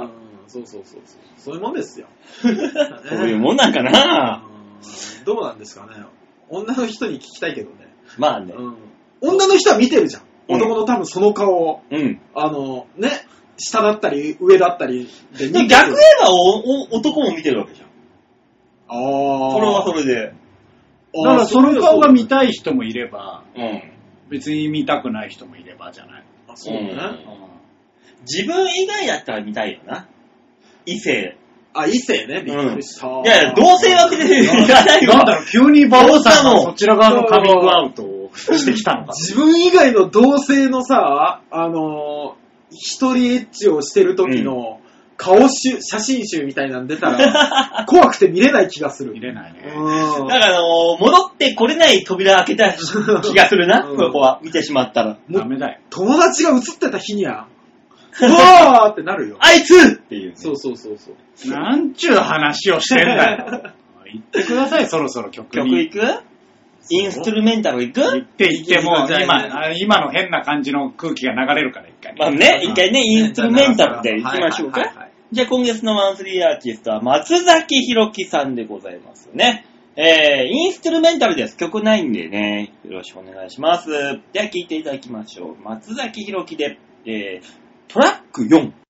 そうそうそうそう。そういうもんですよ。 そういうもんなんかな。 どうなんですかね。女の人に聞きたいけどね。 まあね。 うん、女の人は見てるじゃん。男の多分その顔を。 うん。 あの、ね、下だったり上だったりで。逆言えばおお男も見てるわけじゃん。ああ。それはそれで。 だからその顔が見たい人もいれば、うん、別に見たくない人もいればじゃない。 あ、そうね、うん。 自分以外だったら見たいよな。異性。 あ、異性ね、びっくりした。うん、 いやいや、同性は別にいらないわ。なんだろう、急にバオさんのそちら側のカミングアウトをしてきたのか。 自分以外の同性のさ、あのー、一人エッチをしてる時の顔集、写真集みたいなの出たら、怖くて見れない気がする。 見れないね。 うん。だから、あのー、戻ってこれない扉開けた気がするな、うん、ここは。見てしまったら。 ダメだよ。 友達が映ってた日には、うわーってなるよ。 あいつっていう、ね。 そうそうそうそう。 なんちゅう話をしてんだよ。言ってください、そろそろ曲に。 曲行く？インストゥルメンタル行く？ 行って行ってもう今、今の変な感じの空気が流れるから一回ね。 まあね、一回ね、インストゥルメンタルで行きましょうか。はいはいはいはい、じゃあ今月のマンスリーアーティストは松崎弘樹さんでございますね。えー、インストゥルメンタルです。曲ないんでね、よろしくお願いします。では聴いていただきましょう。松崎弘樹で、えー、トラックよん。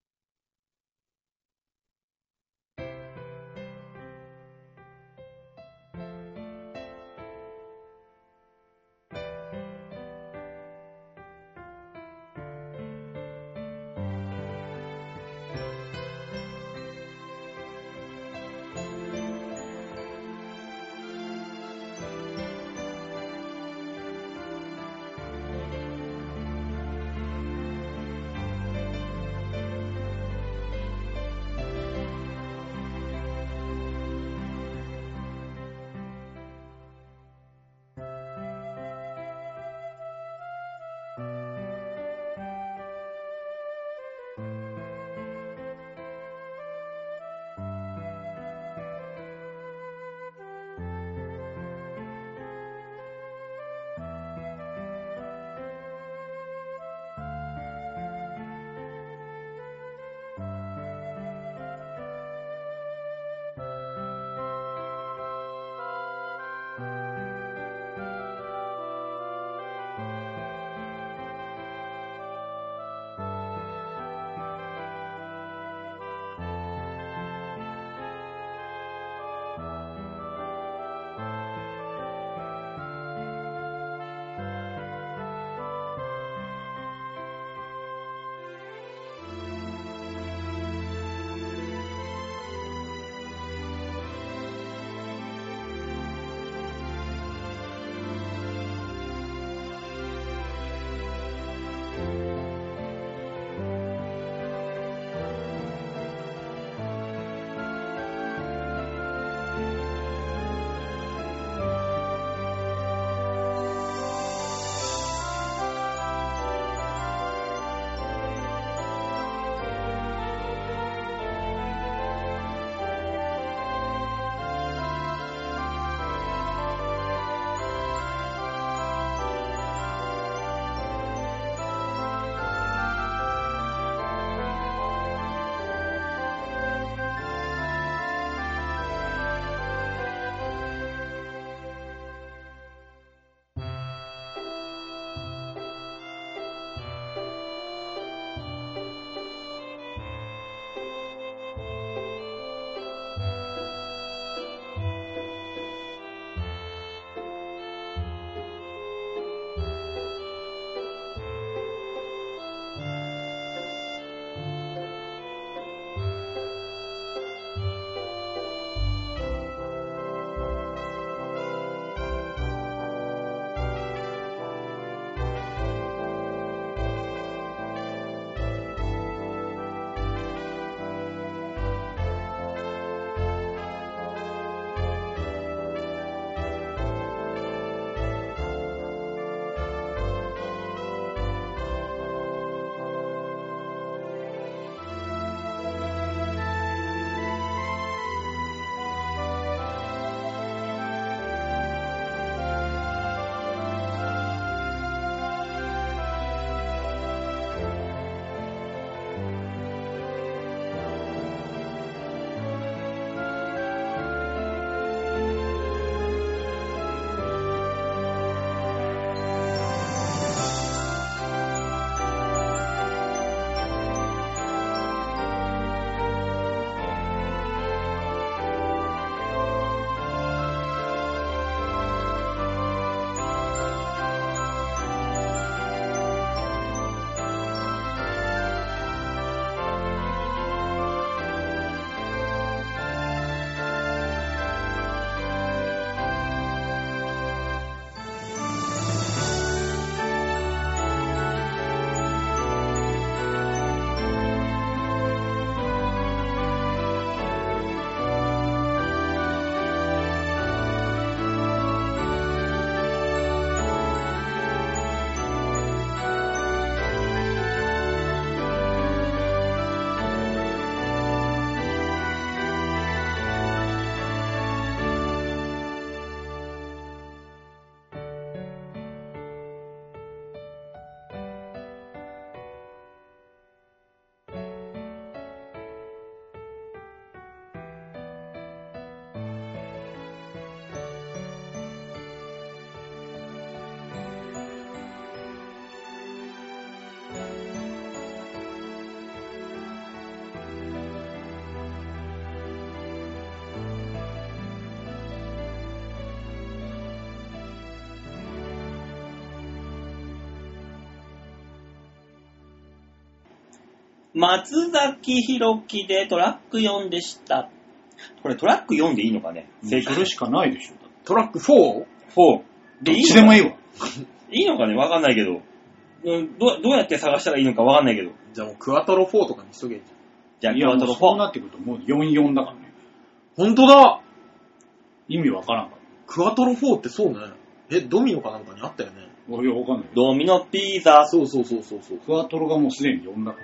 松崎弘樹でトラックよんでした。これトラックよんでいいのかね？ 正解それしかないでしょ。 トラック フォー？ フォー。 どっちでもいいわ。 いいのかね？わかんないけど。ど, どうやって探したらいいのかわかんないけど。 じゃあもうクワトロフォーとかにしとけんじゃん。じゃあクワトロフォー。 そうなってくるともうよんよんだからね。 ほんとだ！ 意味わからんから。 クワトロフォーってそうね。え、ドミノかなんかにあったよね。 いや、わかんない。 ドミノピザ。 そうそうそうそうそう。 クワトロがもうすでによんだから。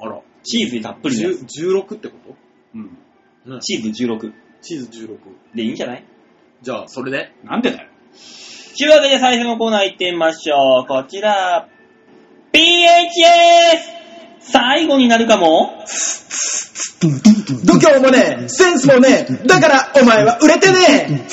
あら。 チーズたっぷりです。 じゅうろくってこと？ うん。 ね、チーズじゅうろく。 チーズじゅうろく。 でいいんじゃない？ じゃあ、それで。 なんでだよ。 というわけで最初のコーナー行ってみましょう。こちら。ピーエイチエス! 最後になるかも。 度胸もねえ、センスもねえ、だからお前は売れてねえ。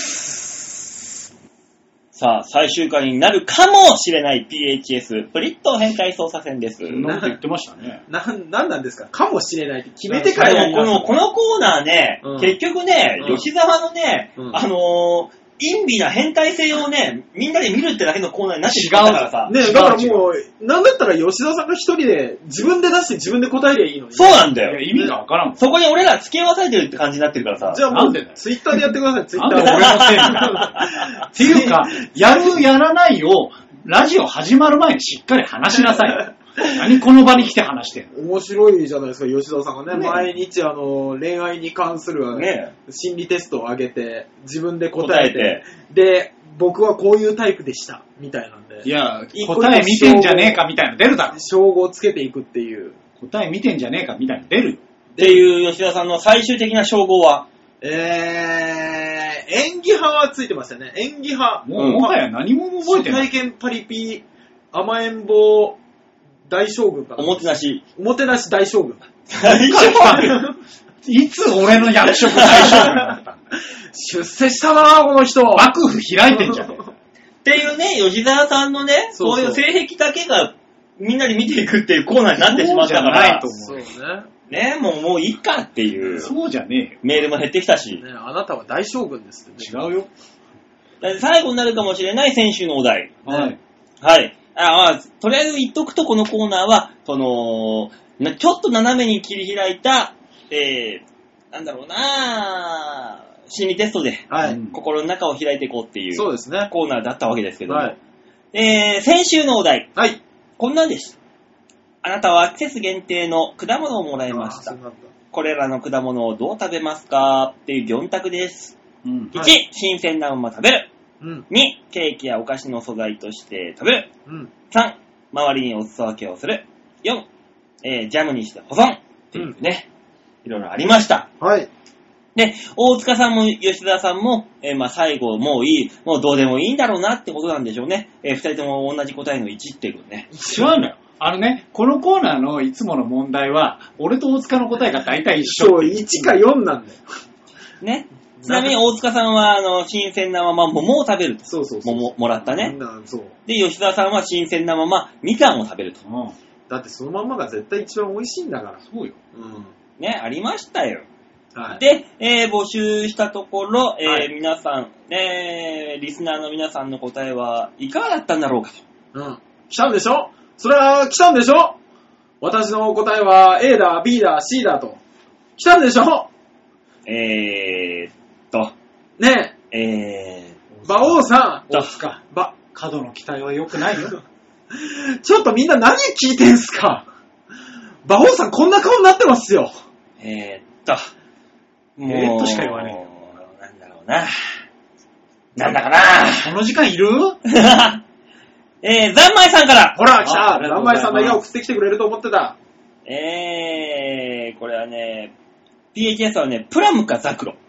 さあ、最終回になるかもしれない ピーエイチエス、プリット変態操作戦です。そんなこと言ってましたね。 な、なんなんですか？かもしれないって決めてからやります。 この、このコーナーね、うん、結局ね、 うん、 吉沢のね、 うん、 あのー、陰微な変態性をね、みんなで見るってだけのコーナーになってしまったからさ。 ねえ、だからもう、なんだったら吉田さんが一人で自分で出して自分で答えりゃいいのに。 そうなんだよ。 いや、意味がわからん。 そこに俺ら付け合わされてるって感じになってるからさ。 じゃあもう、ツイッターでやってください、ツイッターで。 俺のせいだ。っていうか、やるやらないを、ラジオ始まる前にしっかり話しなさい。何この場に来て話してんの？ 面白いじゃないですか、吉田さんがね。ね、毎日あの、恋愛に関する、ね、心理テストを上げて、自分で答えて、答えてで、僕はこういうタイプでした、みたいなんで。 いや、答え見てんじゃねえかみたいなの出るだろ。 称号をつけていくっていう。 答え見てんじゃねえかみたいなの出るよ。 っていう吉田さんの最終的な称号はえー、演技派はついてましたね。演技派。 もうもはや何も覚えてない。 体験パリピ、甘えん坊、大将軍かな。 おもてなし。 おもてなし大将軍。 大将軍いつ俺の役職大将軍だったんだ出世したなぁ、この人。 幕府開いてんじゃん。 っていうね、吉沢さんのね、そうそういう性癖だけがみんなに見ていくっていうコーナーになってしまったから。 そうじゃないと思う。 そうね。ね、もうもういいかっていう。 そうじゃねえよ。 メールも減ってきたし。 ね、あなたは大将軍ですって、 ね。違うよ。 最後になるかもしれない先週のお題。 はい。 はい。ああ、とりあえず言っとくとこのコーナーは、その、ちょっと斜めに切り開いた、えー、なんだろうなぁ、心理テストで、はい、心の中を開いていこうっていう、 そうですね、 コーナーだったわけですけども、 はい、 えー、先週のお題、 はい、 こんなんでした。あなたは季節限定の果物をもらいました。これらの果物をどう食べますかっていうよん択です。うん、いち、はい、新鮮なまま食べる。うん、に、ケーキやお菓子の素材として食べる。うん、さん、周りにお裾分けをする。よん、えー、ジャムにして保存。っていうね、うん、いろいろありました。 はい。 で、大塚さんも吉田さんも、えー、まあ最後もういい、もうどうでもいいんだろうなってことなんでしょうね。えー、二人とも同じ答えのいちっていうことね。 違うのよ。あのね、このコーナーのいつもの問題は、俺と大塚の答えが大体一緒。 そう、いちかよんなんだよ。 ね。ちなみに大塚さんは、あの、新鮮なまま桃を食べると。 そうそうそう。 桃もらったね。 そう。 で、吉田さんは新鮮なままみかんを食べると。うん、 だってそのまんまが絶対一番美味しいんだから。 そうよ。 うん。ね、ありましたよ。 はい、 で、えー、募集したところ、えーはい、皆さん、ね、リスナーの皆さんの答えはいかがだったんだろうかと。うん。来たんでしょ？それは来たんでしょ？私の答えは A だ、B だ、C だと。来たんでしょ？ えーっと。 ねえ。えー。馬王さん。 大塚。ば、角の期待は良くないよ。 ちょっとみんな何聞いてんすか？馬王さんこんな顔になってますよ。 えーっと。 えーっとしか言わねえよ。 なんだろうな。なんだかな。 この時間いるえー、ざんまいさんから。 ほら、来た。ざんまいさんだけ送ってきてくれると思ってた。 えー、これはね、ピーエイチエス はね、プラムかザクロ。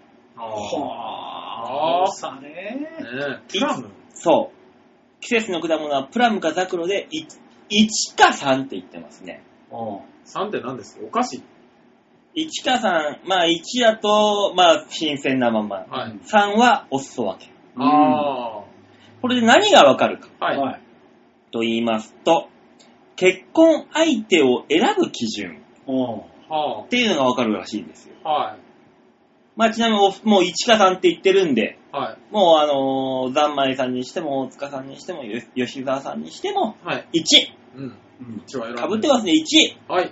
はぁー。さねー。プラム？ そう。季節の果物はプラムかザクロでいちかさんって言ってますね。 さんって何ですか？お菓子？ いちかさん、まあいちだと、まあ新鮮なまま。はい、さんはお裾分け。 あこれで何がわかるか。 はいはい。 と言いますと、結婚相手を選ぶ基準っていうのがわかるらしいんですよ。 はい。 まあちなみにもういちかさんって言ってるんで、 はい、 もうあのー、ざんまいさんにしても大塚さんにしても吉沢さんにしても、 はい、 いち。 うん。 かぶってますね、いち。 はい。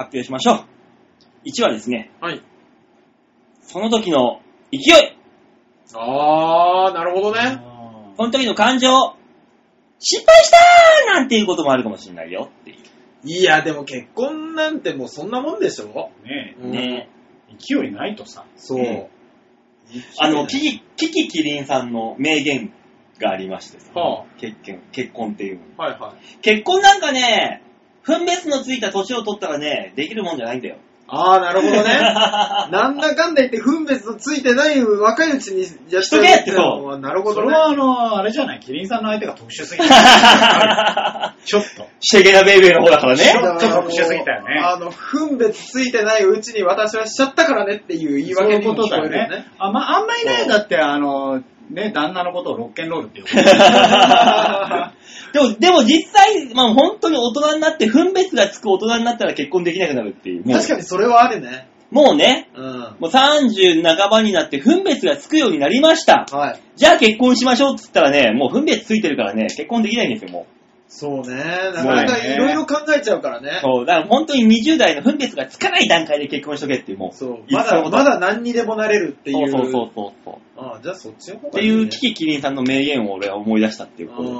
発表しましょう。いちはですね、 はい。 その時の勢い。 あー、なるほどね。 その時の感情。失敗したーなんていうこともあるかもしれないよっていう。 いや、でも結婚なんてもうそんなもんでしょねえ。ねえ。勢いないとさ。 そう。うん、 あの、キキ、キキキリンさんの名言がありましてさ、はあ、結婚、結婚っていうの。 はいはい。 結婚なんかね、分別のついた年を取ったらね、できるもんじゃないんだよ。 ああ、なるほどね。なんだかんだ言って分別のついてない若いうちにやっとけってそう。 なるほどね。 それはあの、あれじゃない、キリンさんの相手が特殊すぎた。ちょっと。 シェゲナベイベーの方だからね。 ちょっと特殊すぎたよね。 あの、分別ついてないうちに私はしちゃったからねっていう言い訳にも聞こえるよね。 あ、まあ、あんまりね、だってあの、ね、旦那のことをロッケンロールって呼ぶ。 でも、でも実際、まあ本当に大人になって分別がつく大人になったら結婚できなくなるっていう。 確かにそれはあるね。 もうね、 うん、 もうさんじゅう半ばになって分別がつくようになりました。 はい。 じゃあ結婚しましょうって言ったらね、もう分別ついてるからね、結婚できないんですよ、もう。 そうね。なかなかいろいろ考えちゃうからね。 そう。だから本当ににじゅう代の分別がつかない段階で結婚しとけっていう、もう。 そう。まだ、まだ何にでもなれるっていう。 そうそうそうそう。 ああ、じゃあそっちの方がいい、ね。っていうキキキリンさんの名言を俺は思い出したっていうこと。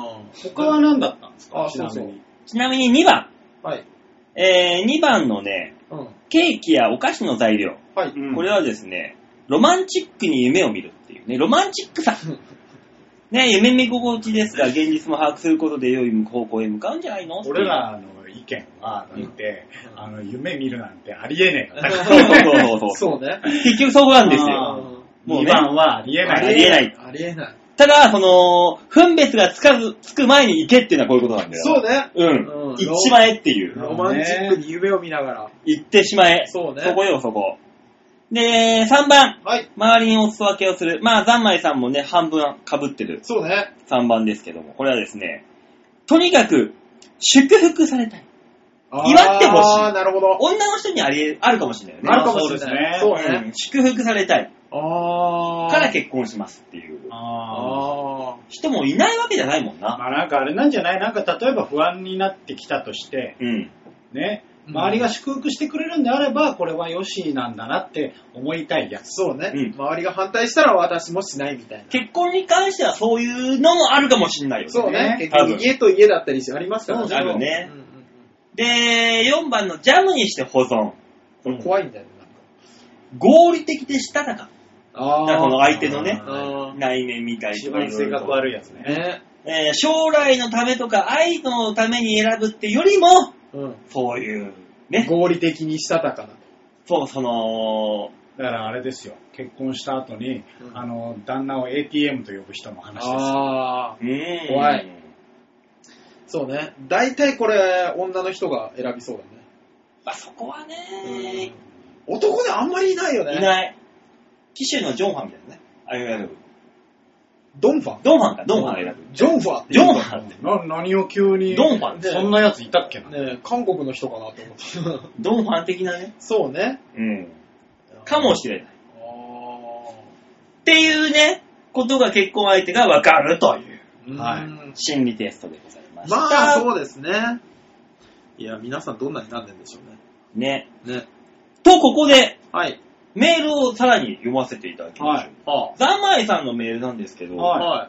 他は何だったんですか？ あ、そうそう。 ちなみににばん。 はい。 えー、にばんのね、うん、ケーキやお菓子の材料。 はい。 これはですね、ロマンチックに夢を見るっていうね、ロマンチックさ。ね、夢見心地ですが、現実も把握することで良い方向へ向かうんじゃないの？ 俺らの意見は、だって、うん、あの、夢見るなんてありえねえから。 そうそうそうそう。 そうね。 結局そうなんですよ。 もうにばんはありえない。 ありえない。 ありえない。 ただ、その、分別がつかず、つく前に行けっていうのはこういうことなんだよ。 そうね。 うん。うん、行っちまえっていう。 ロマンチックに夢を見ながら。 行ってしまえ。 そうね。 そこよ、そこ。で、さんばん。 はい。 周りにお裾分けをする。まあ、ざんまいさんもね、半分被ってる。 そうね。 さんばんですけども。これはですね、とにかく、祝福されたい。祝ってほしい。 ああ、なるほど。 女の人にあり、あるかもしれないよね。 あるかもしれない。 そうですね。そうね。祝福されたい。 ああ。 から結婚しますっていう。 ああ。 人もいないわけじゃないもんな。 まあなんかあれなんじゃない？なんか例えば不安になってきたとして、 うん。 ね。周りが祝福してくれるんであれば、これはよしなんだなって思いたいやつ。 そうね、うん。周りが反対したら私もしないみたいな。 結婚に関してはそういうのもあるかもしれないよね。 そうね。結局家と家だったりありますからね。あるね。うんうんうん、で、よんばんのジャムにして保存。 これ怖いんだよね。なんか合理的でしたたか。 ああ。この相手のね、内面みたいとか。 一番性格悪いやつね。 ねえー、将来のためとか愛のために選ぶってよりも、うん、そういう、ね。 合理的にしたたかな。 そう、その、 だからあれですよ。結婚した後に、うん、あの、旦那を エーティーエム と呼ぶ人の話ですよ。 ああ、怖い。そうね。大体これ、女の人が選びそうだね。 まあ、そこはね、 うん、男であんまりいないよね。 いない。騎手のジョンファンみたいなね。ああいう選ぶ。 ドンファンドンファンか、ドンファン選ぶ。 ジョンファンジョンファンって。 な、何を急に。 ドンファンって。 そんなやついたっけな。 ねえ、韓国の人かなと思って。 ドンファン的なね。 そうね。 うん。かもしれない。 あっていうね、ことが結婚相手がわかるという。 はい。 心理テストでございました。 まあ、そうですね。いや、皆さんどんなになんでんでしょうね。 ね。ね。 と、ここで。 はい。 メールをさらに読ませていただきましょう。 はい。 ざんまいさんのメールなんですけど、 はい。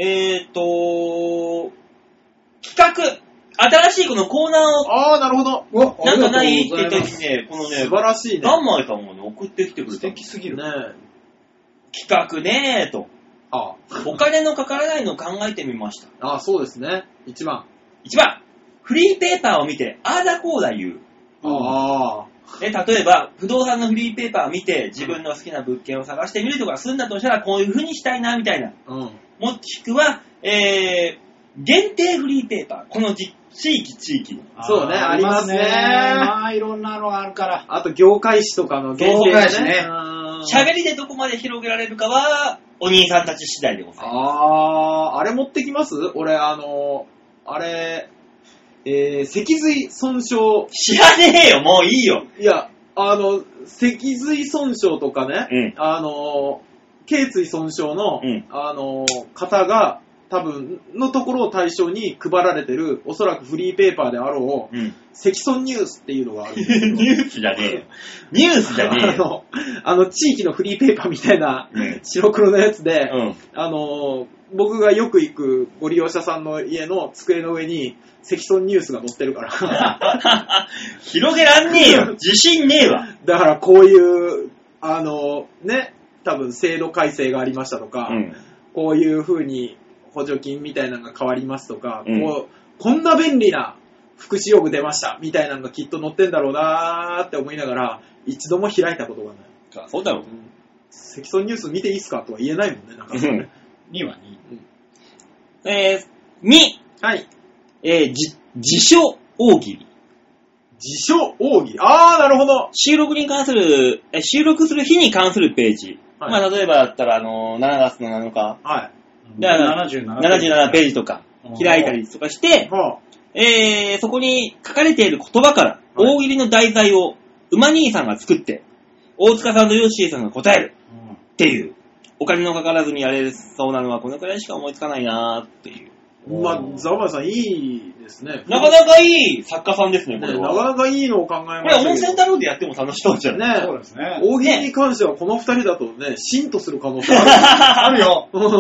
えーと、企画、新しいこのコーナーを、 ああ、なるほど。 なんかないって言った時にね、このね、 素晴らしいね。 ざんまいさんもね、送ってきてくれた。素敵すぎる。ね企画ねーと。 ああ。 お金のかからないのを考えてみました。 ああ、そうですね。いちばん。 いちばん、フリーペーパーを見て、あーだこーだ言う。 ああ。 で、例えば、不動産のフリーペーパーを見て、自分の好きな物件を探してみるとか、住んだとしたらこういう風にしたいな、みたいな。 うん。 もしくは、えー、限定フリーペーパー。この地域、地域の。 そうね、ありますね。 まあ、いろんなのがあるから。 あと、業界誌とかの限定、ね、 業界誌ね。 喋りでどこまで広げられるかは、お兄さんたち次第でございます。 あー、あれ持ってきます？俺、あの、あれ、えー、脊髄損傷。 知らねえよ、もういいよ。 いや、あの、脊髄損傷とかね、 うん、 あの、頸椎損傷の、 うん、 あの、方が、 多分のところを対象に配られてる、おそらくフリーペーパーであろう、うん、積村ニュースっていうのがあるんですよ。 ニュースじゃねえよ。ニュースじゃねえよ。 あの、あの地域のフリーペーパーみたいな、うん、白黒のやつで、うん、あの、僕がよく行くご利用者さんの家の机の上に、積村ニュースが載ってるから。 広げらんねえよ。自信ねえわ。 だからこういう、あの、ね、多分制度改正がありましたとか、うん、こういう風に補助金みたいなのが変わりますとか、うん、こうこんな便利な福祉用具出ましたみたいなのがきっと載ってんだろうなーって思いながら、一度も開いたことがない。 あ、そうだろう。うん、 積村ニュース見ていいっすかとは言えないもんね、なんかそれ。 にはに。 うん、えー、に。 はい。 えー、じ、自称大喜利。 自称大喜利。あー、なるほど。 収録に関する、え、収録する日に関するページ。はい、まあ、例えばだったら、あのー、しちがつのなのか。 はい。 だからななじゅうななページとか、開いたりとかして、えー、そこに書かれている言葉から、大喜利の題材を、馬兄さんが作って、大塚さんとヨッシーさんが答える。っていう。お金のかからずにやれそうなのはこのくらいしか思いつかないなーっていう。 まあ、ザワバさんいいですね。 なかなかいい作家さんですね、これは。 ね、なかなかいいのを考えましたけど。 これ温泉太郎でやっても楽しそうじゃないね。そうですね。大喜利に関してはこの二人だとね、シンとする可能性ある。 あるよ。 うん。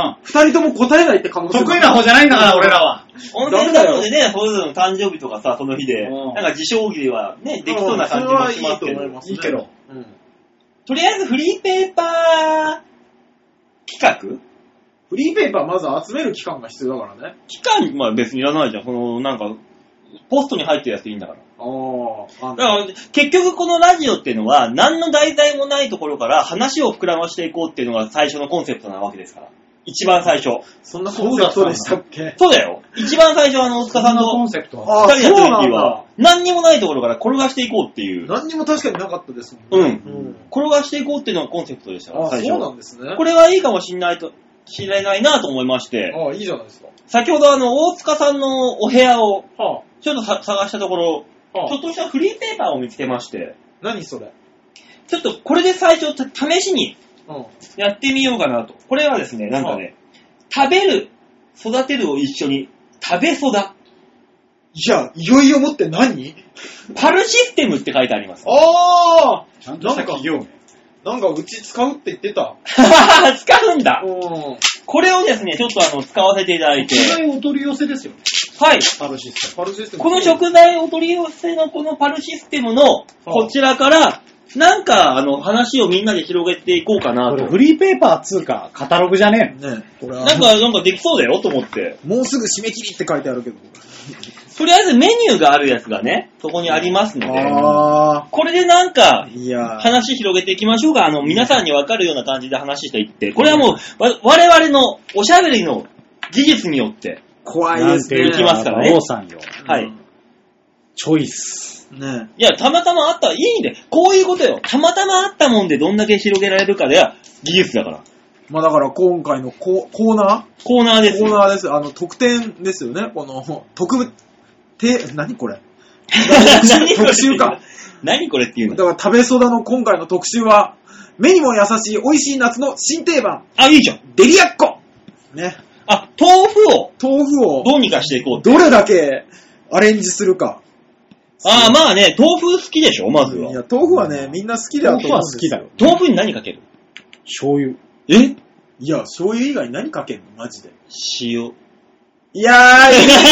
二人とも答えないって可能性得意な方じゃないんだから、俺らは。 温泉太郎でね、それぞれの誕生日とかさ、その日で、なんか自称大喜利はね、できそうな感じもしますけど。 いいけど。 とりあえずフリーペーパー企画フリーペーパーまず集める期間が必要だからね。 期間は別にいらないじゃん。この、なんか、ポストに入ってるやつでいいんだから。 ああ。 だから、結局このラジオっていうのは、何の題材もないところから話を膨らましていこうっていうのが最初のコンセプトなわけですから。一番最初。 そんなコンセプトでしたっけ？ そうだよ。一番最初はあの、大塚さんとコンセプト二人やった時は、何にもないところから転がしていこうっていう。 何にも確かになかったですもんね。うん。うん、転がしていこうっていうのがコンセプトでしたから、 最初。そうなんですね。 これはいいかもしれないと。知れないなと思いまして。 ああ、いいじゃないですか。 先ほどあの、大塚さんのお部屋を、ちょっとさ探したところ、はあ、ちょっとしたフリーペーパーを見つけまして。 何それ？ ちょっとこれで最初、試しに、やってみようかなと。これはですね、なんかね、はあ、食べる、育てるを一緒に、食べ育。 じゃあ、いよいよもって何？ パルシステムって書いてあります。 ああ！ ちゃんとした企業名。 なんかうち使うって言ってた。 使うんだ。これをですね、ちょっとあの、使わせていただいて。 食材お取り寄せですよね。 はい。 パルシステム。 パルシステム。 この食材お取り寄せのこのパルシステムの、こちらから、なんか、あの、話をみんなで広げていこうかなと。 これフリーペーパーつうか、カタログじゃねえのね。 これはなんか、なんかできそうだよと思って。 もうすぐ締め切りって書いてあるけど。 とりあえずメニューがあるやつがね、そこにありますので、あこれでなんか、話広げていきましょうか。あの、皆さんにわかるような感じで話していって、これはもう、わ我々のおしゃべりの技術によって、 怖いですね。 いきますからね。 王さんよ。 はい。 チョイス。 ね。 いや、たまたまあった、いいんで、こういうことよ。たまたまあったもんでどんだけ広げられるかでは技術だから。 まあだから今回のココーナーコーナーです。 コーナーです。あの、特典ですよね。この、特、て、何これ何特集か。 何これっていうのだから食べそだの今回の特集は、目にも優しい美味しい夏の新定番。 あ、いいじゃん。 デリアッコね。 あ、豆腐を。 豆腐を。 どうにかしていこうって。 どれだけアレンジするか。 ああ、まあね、豆腐好きでしょ、まずは。 いや、豆腐はね、みんな好きだと思うんですよ。豆腐は好きだよ。 豆腐に何かける？ 醤油。 え？ いや、醤油以外何かけんのマジで。 塩。 いやー、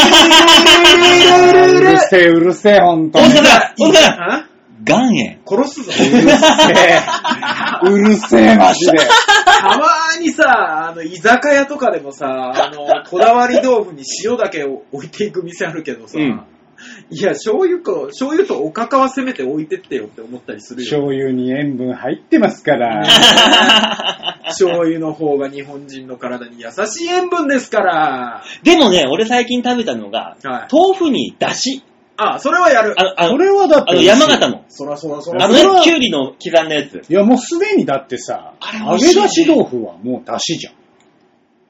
うるせえ、うるせえ、ほんとに。 大塚さん、大塚さん。岩塩。 殺すぞ。 うるせえ。うるせえ、マジで。 たまーにさ、あの、居酒屋とかでもさ、あの、こだわり豆腐に塩だけを置いていく店あるけどさ、うん、いや、醤油と、醤油とおかかはせめて置いてってよって思ったりするよ。 醤油に塩分入ってますから。 醤油の方が日本人の体に優しい塩分ですから。 でもね、俺最近食べたのが、はい、豆腐にだし。 あ、それはやる。 ああそれはだって。 あの、山形の。 そらそらそら。 あのね、きゅうりの刻んだやつ。 いや、もうすでにだってさ、揚げ出し豆腐はもうだしじゃん。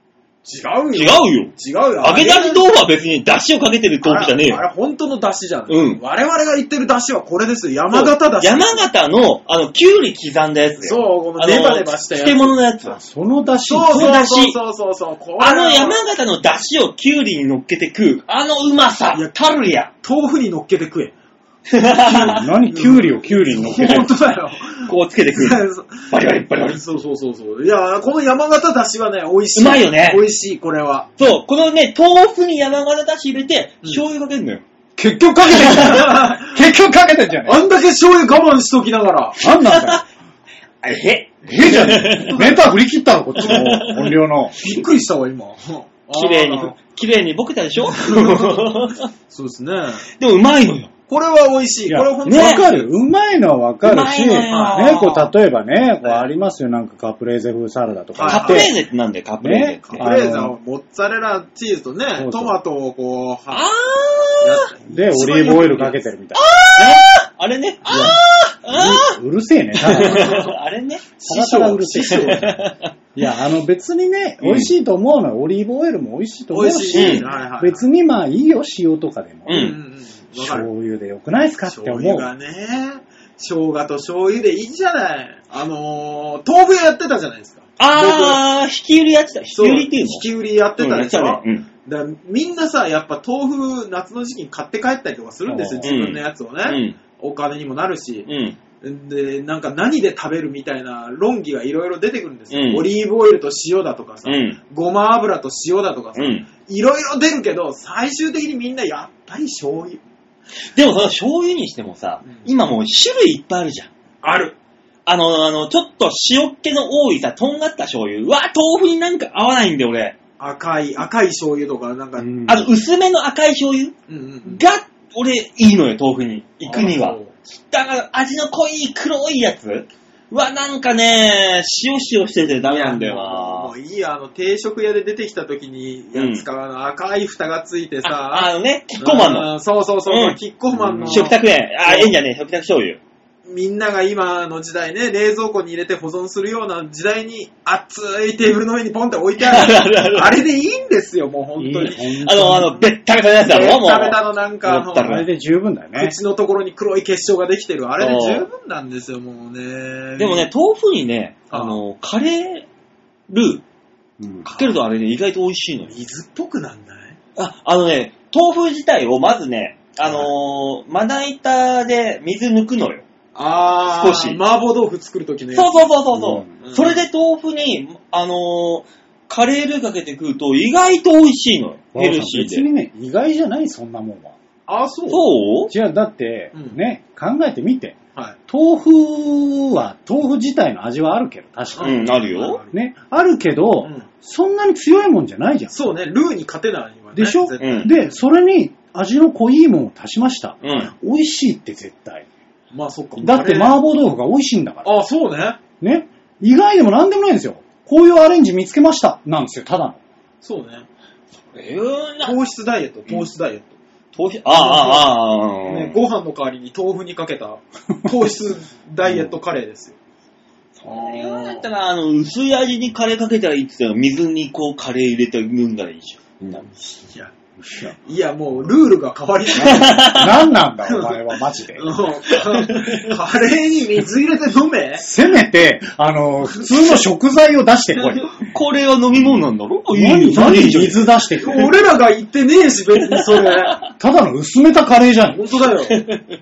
違うよ。 違うよ。 違うよ。 揚げ出し豆腐は別に出汁をかけてる豆腐じゃねえよ。 あれ、あれ本当の出汁じゃん。 うん。 我々が言ってる出汁はこれですよ。山形出汁。 山形の、あの、きゅうり刻んだやつだよ。 そう、このネバネバしたやつ。 漬物のやつ。 その出汁。 そうそうそうそうそうそう。 あの山形の出汁をきゅうりに乗っけて食う。あのうまさ。いや、たるや。 豆腐に乗っけて食え。 何キュウリをキュウリに乗っけて本当だよ。 こうつけて食う。バリバリバリバリ。 そうそうそうそう。いや、この山形だしはね、美味しい。 うまいよね。 美味しい、これは。 そう、このね、豆腐に山形だし入れて、醤油かけるのよ。 結局かけてんじゃん。結局かけてんじゃん。 あんだけ醤油我慢しときながら。 なんなんだよ。 あれ、へへじゃねえ。メーター振り切ったの、こっちの音量の。 びっくりしたわ、今。 綺麗に、綺麗にボケたでしょそうですね。 でもうまいのよ。 これは美味しい。これ本当にわかる。うまいのはわかるし、ね、こう、例えばね、こうありますよ、なんかカプレーゼ風サラダとか。 カプレーゼってなんだよ、カプレーゼって。 カプレーゼはモッツァレラチーズとね、トマトをこう、 あーで、オリーブオイルかけてるみたいな。あれね。あーうるせえね。 あれね。 ただただうるせえ。いや、あの別にね、美味しいと思うのは、オリーブオイルも美味しいと思うし、別にまあいいよ、塩とかでも。醤油でよくないですかって思う。 醤油がね、生姜と醤油でいいじゃない。あのー、豆腐屋やってたじゃないですか。 あー、引き売りやってた。引き売りっていうの引き売りやってたでしょ。 うん、 だからみんなさ、やっぱ豆腐夏の時期に買って帰ったりとかするんですよ、自分のやつをね。うん、お金にもなるし。うん、で、なんか何で食べるみたいな論議がいろいろ出てくるんですよ。うん、オリーブオイルと塩だとかさ、うん、ごま油と塩だとかさ、いろいろ出るけど、最終的にみんなやっぱり醤油。 でもその醤油にしてもさ、うん、今もう種類いっぱいあるじゃん。 ある。 あの、あの、ちょっと塩っ気の多いさ、とんがった醤油。うわ、豆腐になんか合わないんだよ、俺。 赤い、赤い醤油とか、なんか、うん、 あの、薄めの赤い醤油、うんうんうん、が、俺、いいのよ、豆腐に。行くには。だから、味の濃い黒いやつは、なんかね、塩塩しててダメなんだよな。 もういいや、あの、定食屋で出てきた時に、やつか、うん、あの、赤い蓋がついてさ。 あ、あのね、キッコーマンの。 そうそうそう、うん、キッコーマンの。 食卓園。あ、ええんじゃねえ、食卓醤油。 みんなが今の時代ね、冷蔵庫に入れて保存するような時代に、熱いテーブルの上にポンって置いてある。あれでいいんですよ、もう本当に。いいあの、あの、ベッタベタのやつだろ、もう。 ベッタベタのなんか、 あれで十分だよね。 口のところに黒い結晶ができてる。あれで十分なんですよ、もうね。 でもね、豆腐にね、あの、カレールーかけるとあれね、意外と美味しいのよ。 水っぽくなんない？ あ、あのね、豆腐自体をまずね、あのー、まな板で水抜くのよ。 あー、少し。麻婆豆腐作るときのやつ。 そうそうそうそう、うん。それで豆腐に、あのー、カレールーかけて食うと意外と美味しいのよ。ヘルシーで。 別にね、意外じゃない、そんなもんは。 あ、そう？ そう違う、だって、うん、ね、考えてみて。はい、豆腐は、豆腐自体の味はあるけど、確かに。 うん、あるよ。 ね、あるけど、うん、そんなに強いもんじゃないじゃん。 そうね、ルーに勝てないわね。 でしょ、うん、で、それに味の濃いもんを足しました。うん、美味しいって絶対。 まあそっか。 だって麻婆豆腐が美味しいんだから。 あ、そうね。 ね。意外でもなんでもないんですよ。こういうアレンジ見つけました。なんですよ、ただの。 そうね。 えー、 糖質ダイエット、糖質ダイエット。 糖質、ああ、ああ、 ね、ご飯の代わりに豆腐にかけた糖質ダイエットカレーですよ。 そういうのだったら、あの、薄い味にカレーかけたらいいって言ったら、水にこうカレー入れて飲んだらいいじゃん。うん、いや。いや、もう、ルールが変わりない。 何なんだ、お前は、マジで。 カレーに水入れて飲めせめて、あの、普通の食材を出してこい。 これは飲み物なんだろ？ 何、何水出してくれ。 俺らが言ってねえし、別にそれ。 ただの薄めたカレーじゃん。 本当だよ。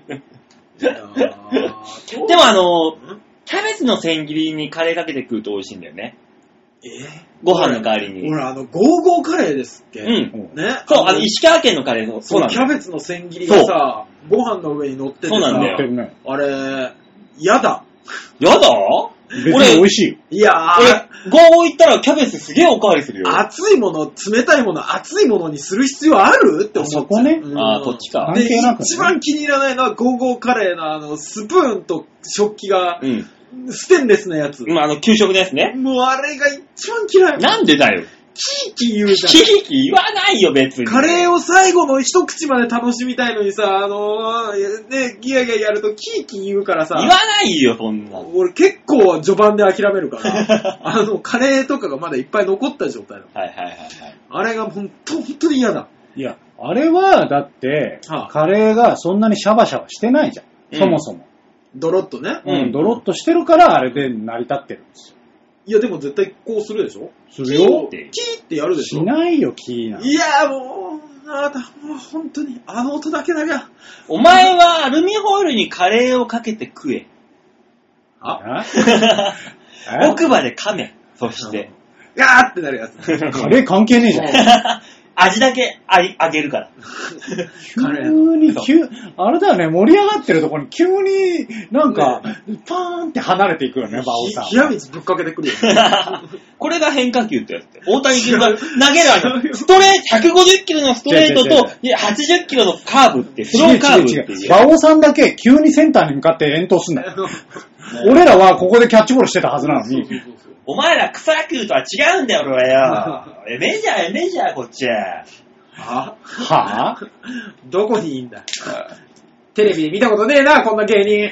でもあの、キャベツの千切りにカレーかけて食うと美味しいんだよね。 えー、 ご飯の代わりに。 ほら、あの、ゴーゴーカレーですっけ？ うん。ね。そう、あの、石川県のカレーの、 そうなんだ。キャベツの千切りがさ、ご飯の上に乗っててさ、 そうなんだよ。 あれ、やだ。 やだ？ 別に美味しいよ。 いやー。 俺、ゴー行ったらキャベツすげえおかわりするよ。 熱いもの、冷たいもの、熱いものにする必要あるって思って。 そこね。 うん、ああ、こっちか。 で、一番気に入らないのは、ゴーゴーカレーのあの、スプーンと食器が、うん。ステンレスなやつ。 まあ、あの、給食のやつね。 もうあれが一番嫌い。 なんでだよ。 キーキー言うじゃん。 キーキー言わないよ、別に。 カレーを最後の一口まで楽しみたいのにさ、あのー、ね、ギヤギヤやるとキーキー言うからさ。 言わないよ、そんな。 俺結構序盤で諦めるから、あの、カレーとかがまだいっぱい残った状態なの。 はいはいはいはい。 あれがほんと、ほんとに嫌だ。 いや、あれは、だって、はあ、カレーがそんなにシャバシャバしてないじゃん。うん、そもそも。 ドロッとね。 うん、ドロッとしてるから、あれで成り立ってるんですよ。 いや、でも絶対こうするでしょ？ するよ。 キーって、キーってやるでしょ？ しないよ、キーなんて。 いや、もう、あなた、もう本当に、あの音だけだが。 お前はアルミホイルにカレーをかけて食え。あ奥歯で噛め。そして。 ガーってなるやつ。 カレー関係ねえじゃん。 味だけああげるから。 急に、急、あれだよね、盛り上がってるところに急になんか、ね、パーンって離れていくよね、バオさん。 冷や水ぶっかけてくるよね。 これが変化球ってやつって。大谷君が投げるあの、ストレート、ひゃくごじゅっキロのストレートと、はちじゅっキロのカーブって、スローカーブっていう。 バオさんだけ急にセンターに向かって遠投すんだよ。俺らはここでキャッチボールしてたはずなのに。 お前ら草野球とは違うんだよ、俺はよ。メジャー、メジャー、こっち。 ははぁどこにいいんだテレビで見たことねえな、こんな芸人。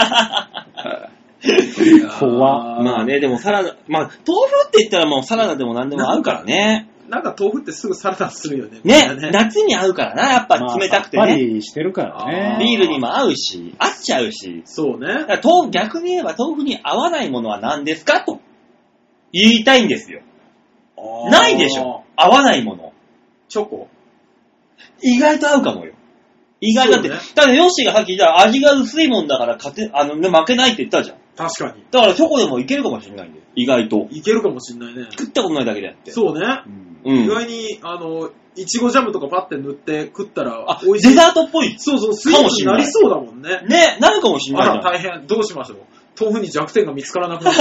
怖まあね、でもサラダ、まあ、豆腐って言ったらもうサラダでも何でも合うからね。 なんか豆腐ってすぐサラダするよね。 ね、ね夏に合うからな、やっぱ冷たくてね。 まあ、さっぱりしてるからね。 ビールにも合うし、合っちゃうし。 そうね。 だから豆腐、逆に言えば豆腐に合わないものは何ですかと言いたいんですよ。ないでしょ、合わないもの。 チョコ意外と合うかもよ。意外だって、ね、ただヨッシーがさっき言った味が薄いもんだから勝て、あのね、負けないって言ったじゃん。 確かに。 だからチョコでもいけるかもしれないんだよ。意外と。 いけるかもしれないね。 作ったことないだけでやって。 そうね。うん、意外に、あの、いちごジャムとかパッて塗って食ったら、あ、美味しい。 デザートっぽい。 そうそう、スイーツになりそうだもんね。 ね、なるかもしれないじゃん。 あら、大変。どうしましょう。豆腐に弱点が見つからなくなった。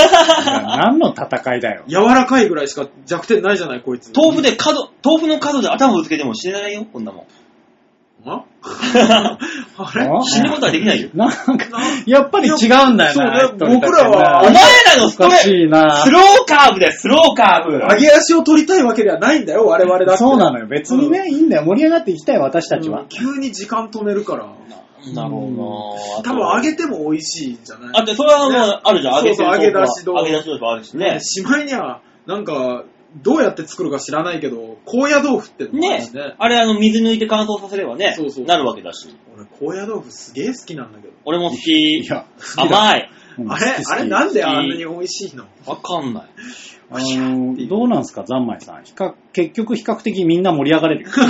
何の戦いだよ。 柔らかいぐらいしか弱点ないじゃない、こいつ。 豆腐で角、豆腐の角で頭をつけても死ねないよ、こんなもん。 ああれ死ぬことはできないよ。 なんか、やっぱり違うんだよな。 そうね、僕らは。 お前らのストレート、スローカーブでスローカーブ。 上げ足を取りたいわけではないんだよ、我々だって。 そうなのよ。別にね、うん、いいんだよ。盛り上がっていきたい、私たちは。うん、 急に時間止めるから。 なるほど。 多分揚げても美味しいんじゃない？ あって、それはもうあるじゃん。 揚げてる。そうそう、揚げ出し豆腐。 揚げ出し豆腐あるしね。 しまいには、なんか、どうやって作るか知らないけど、高野豆腐ってのもあるしね。 ね。あれ、あの、水抜いて乾燥させればね、そうそうなるわけだし。 俺、高野豆腐すげえ好きなんだけど。 俺も好き。いや、甘い。 あれあれなんであんなに美味しいの？ わかんない。 あのー、どうなんすか、ざんまいさん。比較、結局比較的みんな盛り上がれる。結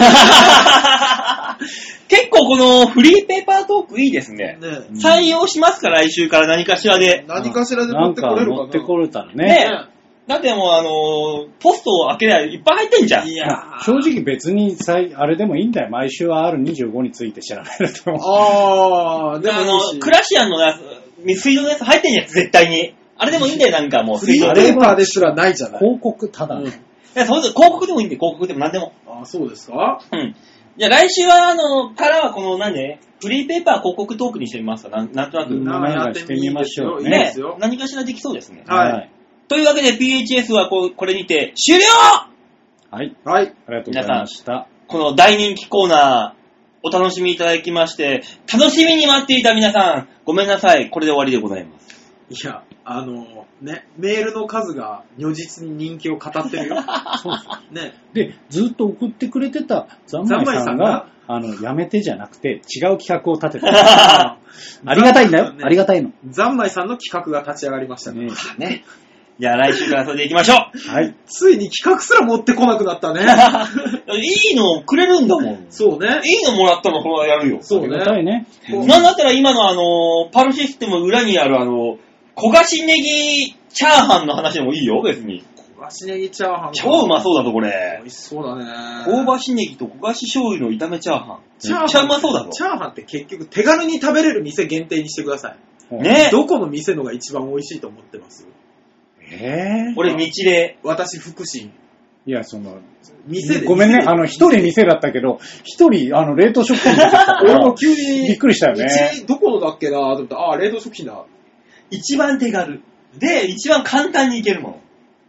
構このフリーペーパートークいいですね。ね採用しますか、来週から何かしらで。 何かしらで持ってこれるかな。 持ってこれたらね。 ねだってもうあのー、ポストを開けりゃいっぱい入ってんじゃん。いや正直別にあれでもいいんだよ。毎週は アールにじゅうご について調べると。 ああ、 でもあの、クラシアンのやつ、水道のやつ入ってんじゃん、絶対に。あれでもいいんだよ、なんかもう水道フリーペーパーですらないじゃない。 広告ただね。うん、いやそう広告でもいいんだよ、広告でも何でも。 ああ、そうですか？ うん。じゃあ来週はあの、からはこのなんで、フリーペーパー広告トークにしてみますか、なんなんとなく。 なんかしてみましょうね。 ね何かしらできそうですね。 はい。 というわけで ピーエイチエス はここれにて終了！ はい。 はい。 ありがとうございました。 この大人気コーナー、お楽しみいただきまして、楽しみに待っていた皆さん、ごめんなさい。これで終わりでございます。 いや、あの、ね、メールの数が如実に人気を語ってるよ。 そうそうね。で、ずっと送ってくれてたざんまいさんが、あの、やめてじゃなくて、違う企画を立てた。ありがたいんだよ。ね、ありがたいの。 ざんまいさんの企画が立ち上がりましたね。 ね。じゃあ来週からそれでいきましょう。 はい。 ついに企画すら持ってこなくなったね。 いいのくれるんだもん。 そうね。 いいのもらったのこのやるよ。 そうね。ありがたいね。 なんだったら今のあの、パルシステム裏にあるあの、焦がしネギチャーハンの話でもいいよ、別に。 焦がしネギチャーハン。 超うまそうだぞ、これ。 美味しそうだね。 香ばしネギと焦がし醤油の炒めチャーハン。めっちゃうまそうだぞ。 チャーハンって結局手軽に食べれる店限定にしてください。 ね。 どこの店のが一番美味しいと思ってます？ えぇ、ー、 俺、日例。 私、福神。 いや、その、 店で。 ごめんね、あの、一人店だったけど、一人、あの、冷凍食品出てきたから。 俺も急に。 びっくりしたよね。 どこのだっけなと思ったら、ああ、冷凍食品だ。 一番手軽。で、一番簡単にいけるもの。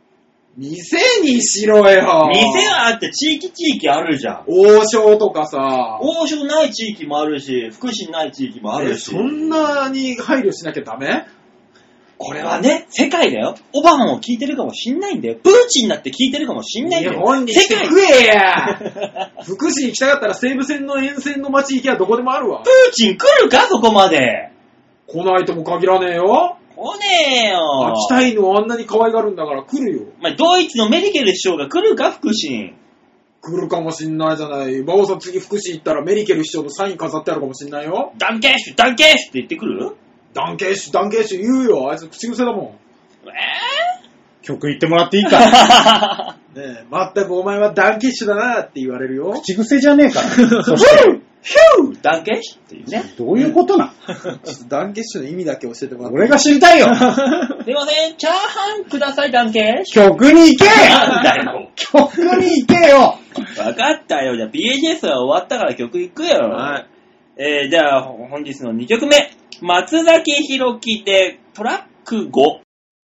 店にしろよ。 店はあって地域地域あるじゃん。 王将とかさ。 王将ない地域もあるし、福祉ない地域もあるし。 そんなに配慮しなきゃダメ？ これはね、世界だよ。オバマも聞いてるかもしんないんだよ。プーチンだって聞いてるかもしんないんだよ。 日本に来て食えや福祉行きたかったら西武線の沿線の街行きゃどこでもあるわ。 プーチン来るかそこまで。 来ないとも限らねえよ。 来ねえよ。 秋田犬をあんなに可愛がるんだから来るよ。 お前ドイツのメリケル首相が来るか福祉。 来るかもしんないじゃない。馬王さん次福祉行ったらメリケル首相のサイン飾ってあるかもしんないよ。 ダンケッシュダンケッシュって言ってくる？ ダンケッシュダンケッシュ言うよ。あいつ口癖だもん。 えー、曲言ってもらっていいかねえ、まったくお前はダンケッシュだなって言われるよ。 口癖じゃねえから。そして、ヒューダンケッシュっていうね。 どういうことなん？ ちょっとダンケッシュの意味だけ教えてもらって。 俺が知りたいよ。 すいません、チャーハンください、ダンケッシュ。曲に行けなんだよ。 曲に行けよ。 わかったよ。じゃあ ピーエイチエス は終わったから曲行くよ。はい。えー、じゃあ本日のにきょくめ。松崎弘樹でトラックご。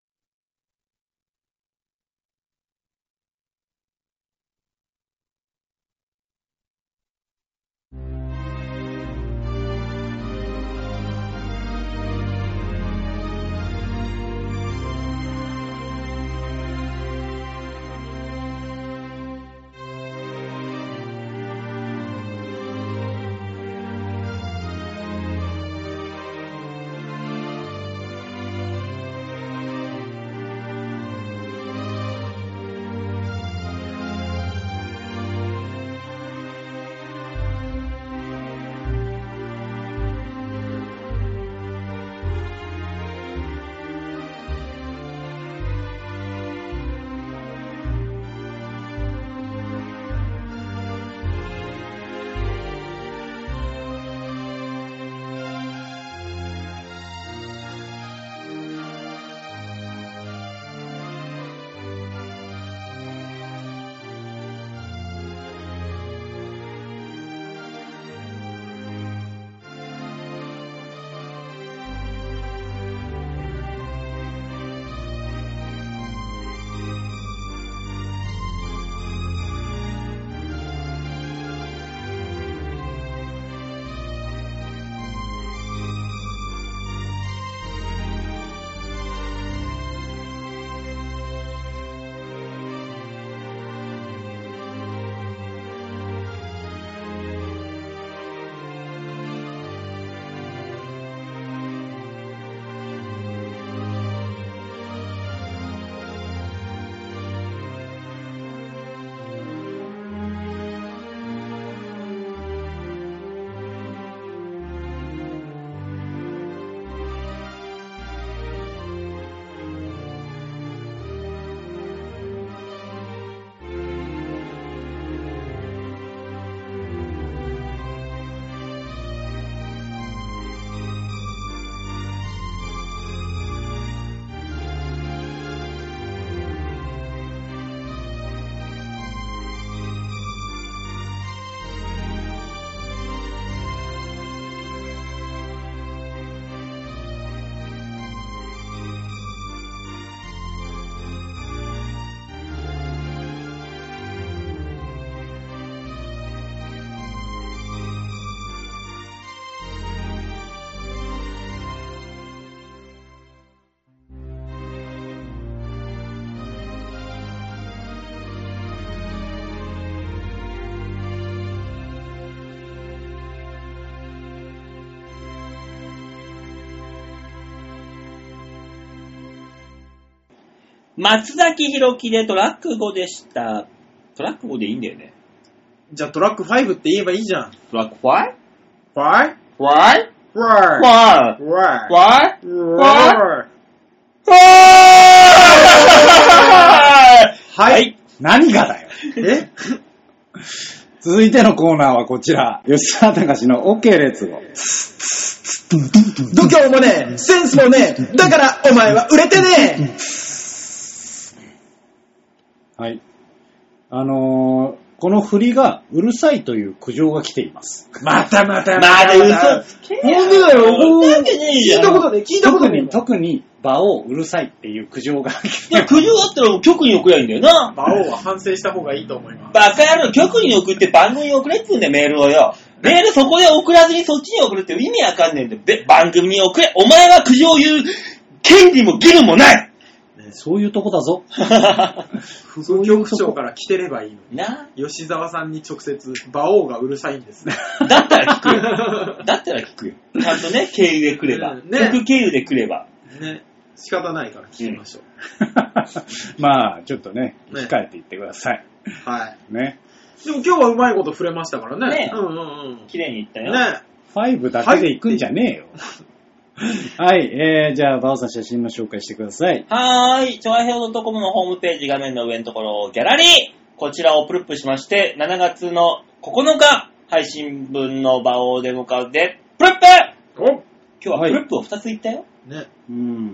松崎弘樹でトラックごでした。トラックごでいいんだよね。 じゃあトラックごって言えばいいじゃん。 トラック ご？ ご？ ご？ ご？ はい。何がだよ。え続いてのコーナーはこちら。吉沢隆の OK レッツゴー。 度胸もねえ、センスもねえ、だからお前は売れてねえ。 はい。あのー、この振りがうるさいという苦情が来ています。 またまたまた。まだ嘘つけ。 ほんとだよ。 聞いたことね、聞いたことね。 特に、特に馬王うるさいっていう苦情が。 いや、苦情あったら局に送りゃいいんだよな。 馬王は反省した方がいいと思います。 バカ野郎、局に送って番組に送れっつうんだよ、メールをよ。メールそこで送らずにそっちに送るって意味わかんねえんだよ。で、番組に送れ。お前は苦情を言う権利も義務もない。 そういうとこだぞ。 副局長から来てればいいのに。 な。 吉沢さんに直接、馬王がうるさいんです。 だったら聞くよ。だったら聞くよ。ちゃんとね、経由で来れば。ね、副経由で来れば。 ね。仕方ないから聞きましょう。 うん、まあ、ちょっとね、控えていってください。 はい。 ね。 でも今日はうまいこと触れましたからね。 ね。 うんうんうん。 綺麗にいったよ。 ね。ファイブだけで行くんじゃねえよ。はい、えー、じゃあ、バオさん写真の紹介してください。 はーい、チョアヘオ .com のホームページ画面の上のところ、ギャラリーこちらをプルップしまして、しちがつのここのか、配信分のバオで向かうで、プルップお今日はプルップをふたつ言ったよ。 ね。 うん。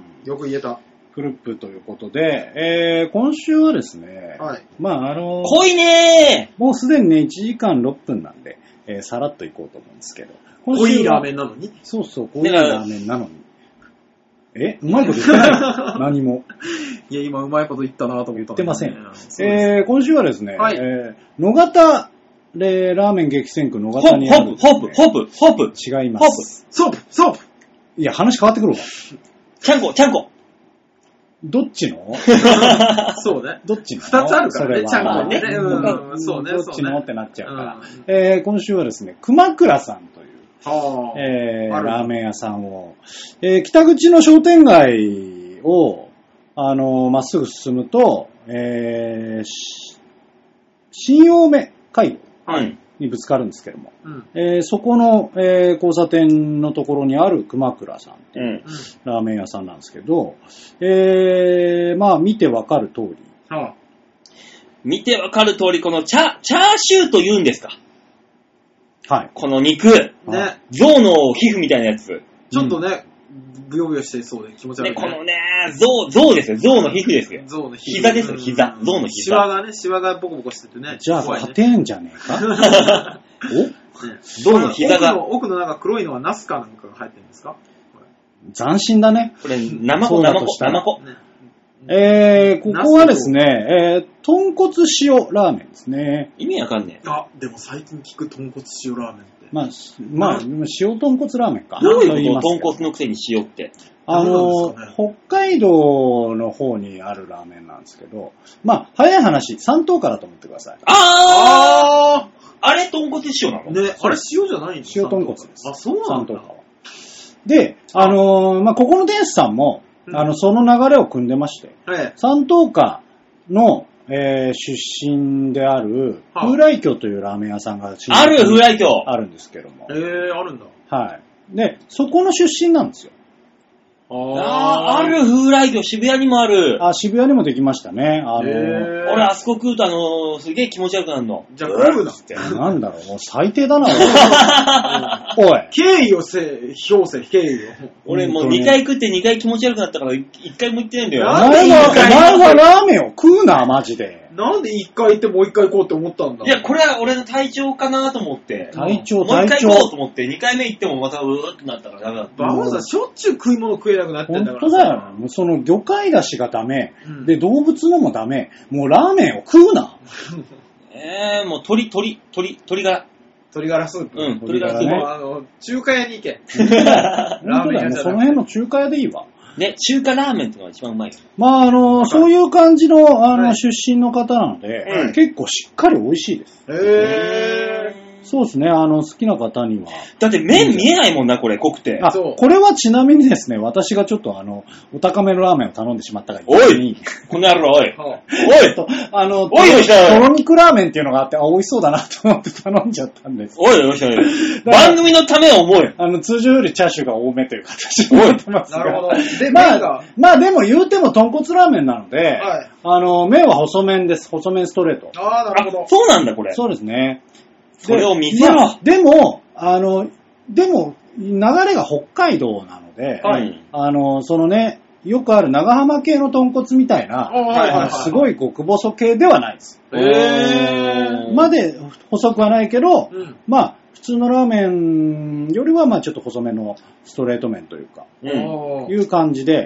よく言えた。 プルップということで、えー、今週はですね、 はい。 まあ、あのー、 濃いねー。もうすでにね、いちじかんろっぷんなんで、えー、さらっといこうと思うんですけど。 濃いラーメンなのにそうそう、濃いラーメンなのに。えうまいこと言ってない何も。 いや、今うまいこと言ったなと思った、ね。 言ってません。えー、今週はですね、 はい、 えー、野方、で、ラーメン激戦区野方にある、 ね、ホープ、ホープ、ホープ、ホープ。 違います。 ソープ、ソープ。 いや、話変わってくるわ。 ちゃんこ、ちゃんこ。 どっちのそうね。 どっちの二つあるからね、ちゃんこね。 うん、そうね。 どっちのってなっちゃうから。えー、今週はですね、熊倉さんという、 はあえー、ラーメン屋さんを、えー、北口の商店街を、あのー、まっすぐ進むと、えー、新青梅街道にぶつかるんですけども、うんえー、そこの、えー、交差点のところにある熊倉さんっていう、うん、ラーメン屋さんなんですけど、えー、まあ見てわかる通り、はあ、 見てわかる通り、このチャ、チャーシューと言うんですか。 はい。 この肉。ね。象の皮膚みたいなやつ。 ちょっとね、ブヨブヨしてそうで気持ち悪い、ね。 ね、このね、象、象ですよ。象の皮膚ですよ。 象の皮膚。 膝ですよ、膝。象の膝。 シワがね、シワがボコボコしててね。 じゃあ、勝てんじゃねえかお象の膝が。 奥の、奥のなんか黒いのはナスかなんかが入ってるんですか斬新だね。 これ、生子、生子、生子。ねえー、ここはですね、えー、豚骨塩ラーメンですね。 意味わかんねえ。 あ、でも最近聞く豚骨塩ラーメンって。 まあ、まあ、塩豚骨ラーメンか。 どういうこと豚骨のくせに塩って。 あの、ね、北海道の方にあるラーメンなんですけど、まあ、早い話、山東からと思ってください。 あーあれ豚骨塩なのね、あれ塩じゃないんですか塩豚骨です。 あ、そうなんだ。 山東から。で、あのー、まあ、ここの店主さんも、あの、その流れを組んでまして、 はい、 山東家の、えー、出身である、風来郷というラーメン屋さんがある、風来郷あるんですけども。 えー、あるんだ。 はい。で、そこの出身なんですよ。 ああ、ある風来郷、渋谷にもある。 あ、渋谷にもできましたね。あのー、 俺、あそこ食うとあのー、すげえ気持ち悪くなるの。 じゃあ、食うなって。 なんだろう、もう最低だな、おい。おい。 敬意をせ、表せ、敬意を。 俺もうにかい食ってにかい気持ち悪くなったからいっかいも言ってないんだよ。 お前は、お前はラーメンを食うな、マジで。 なんで一回行ってもう一回行こうって思ったんだ。 いや、これは俺の体調かなと思って。 体調、 もう一回行こうと思って、にかいめ行ってもまたうーってなったからダメだった。 バオさん、しょっちゅう食い物食えなくなってんだから。 本当だよ。もうその魚介出しがダメ、うん、で、動物のもダメ。もうラーメンを食うな。 えー、もう鶏、鶏、鶏、鶏ガラ。 鶏ガラスープ。 うん、鶏ガラスープ。 あの、中華屋に行け。 ラーメン屋じゃなくて。その辺の中華屋でいいわ。 ね、中華ラーメンってのが一番うまいよ。 まあ、あの、そういう感じの、あの、はい、出身の方なので、うん、結構しっかり美味しいです。 へー。 そうですね、あの、好きな方には。 だって麺見えないもんな、これ、濃くて。 あ、これはちなみにですね、私がちょっとあの、お高めのラーメンを頼んでしまったがおいこの野郎、おいおいと、あの、 おいおいとろ肉ラーメンっていうのがあって、あ、美味しそうだなと思って頼んじゃったんです。 おいおいおい番組のためを思うよ。 あの、通常よりチャーシューが多めという形になってますが。 なるほど。で、 まあ、まあでも言うても豚骨ラーメンなので、はい、あの、麺は細麺です。細麺ストレート。 ああ、なるほど。 そうなんだ、これ。 そうですね。 それを見せろ、まあ、 でも、あの、でも、流れが北海道なので、はい、あの、そのね、よくある長浜系の豚骨みたいな、はいはいはい、すごい極細系ではないです。 へー。 まで細くはないけど、 うん、 まあ、普通のラーメンよりは、まあちょっと細めのストレート麺というか、うん、いう感じで、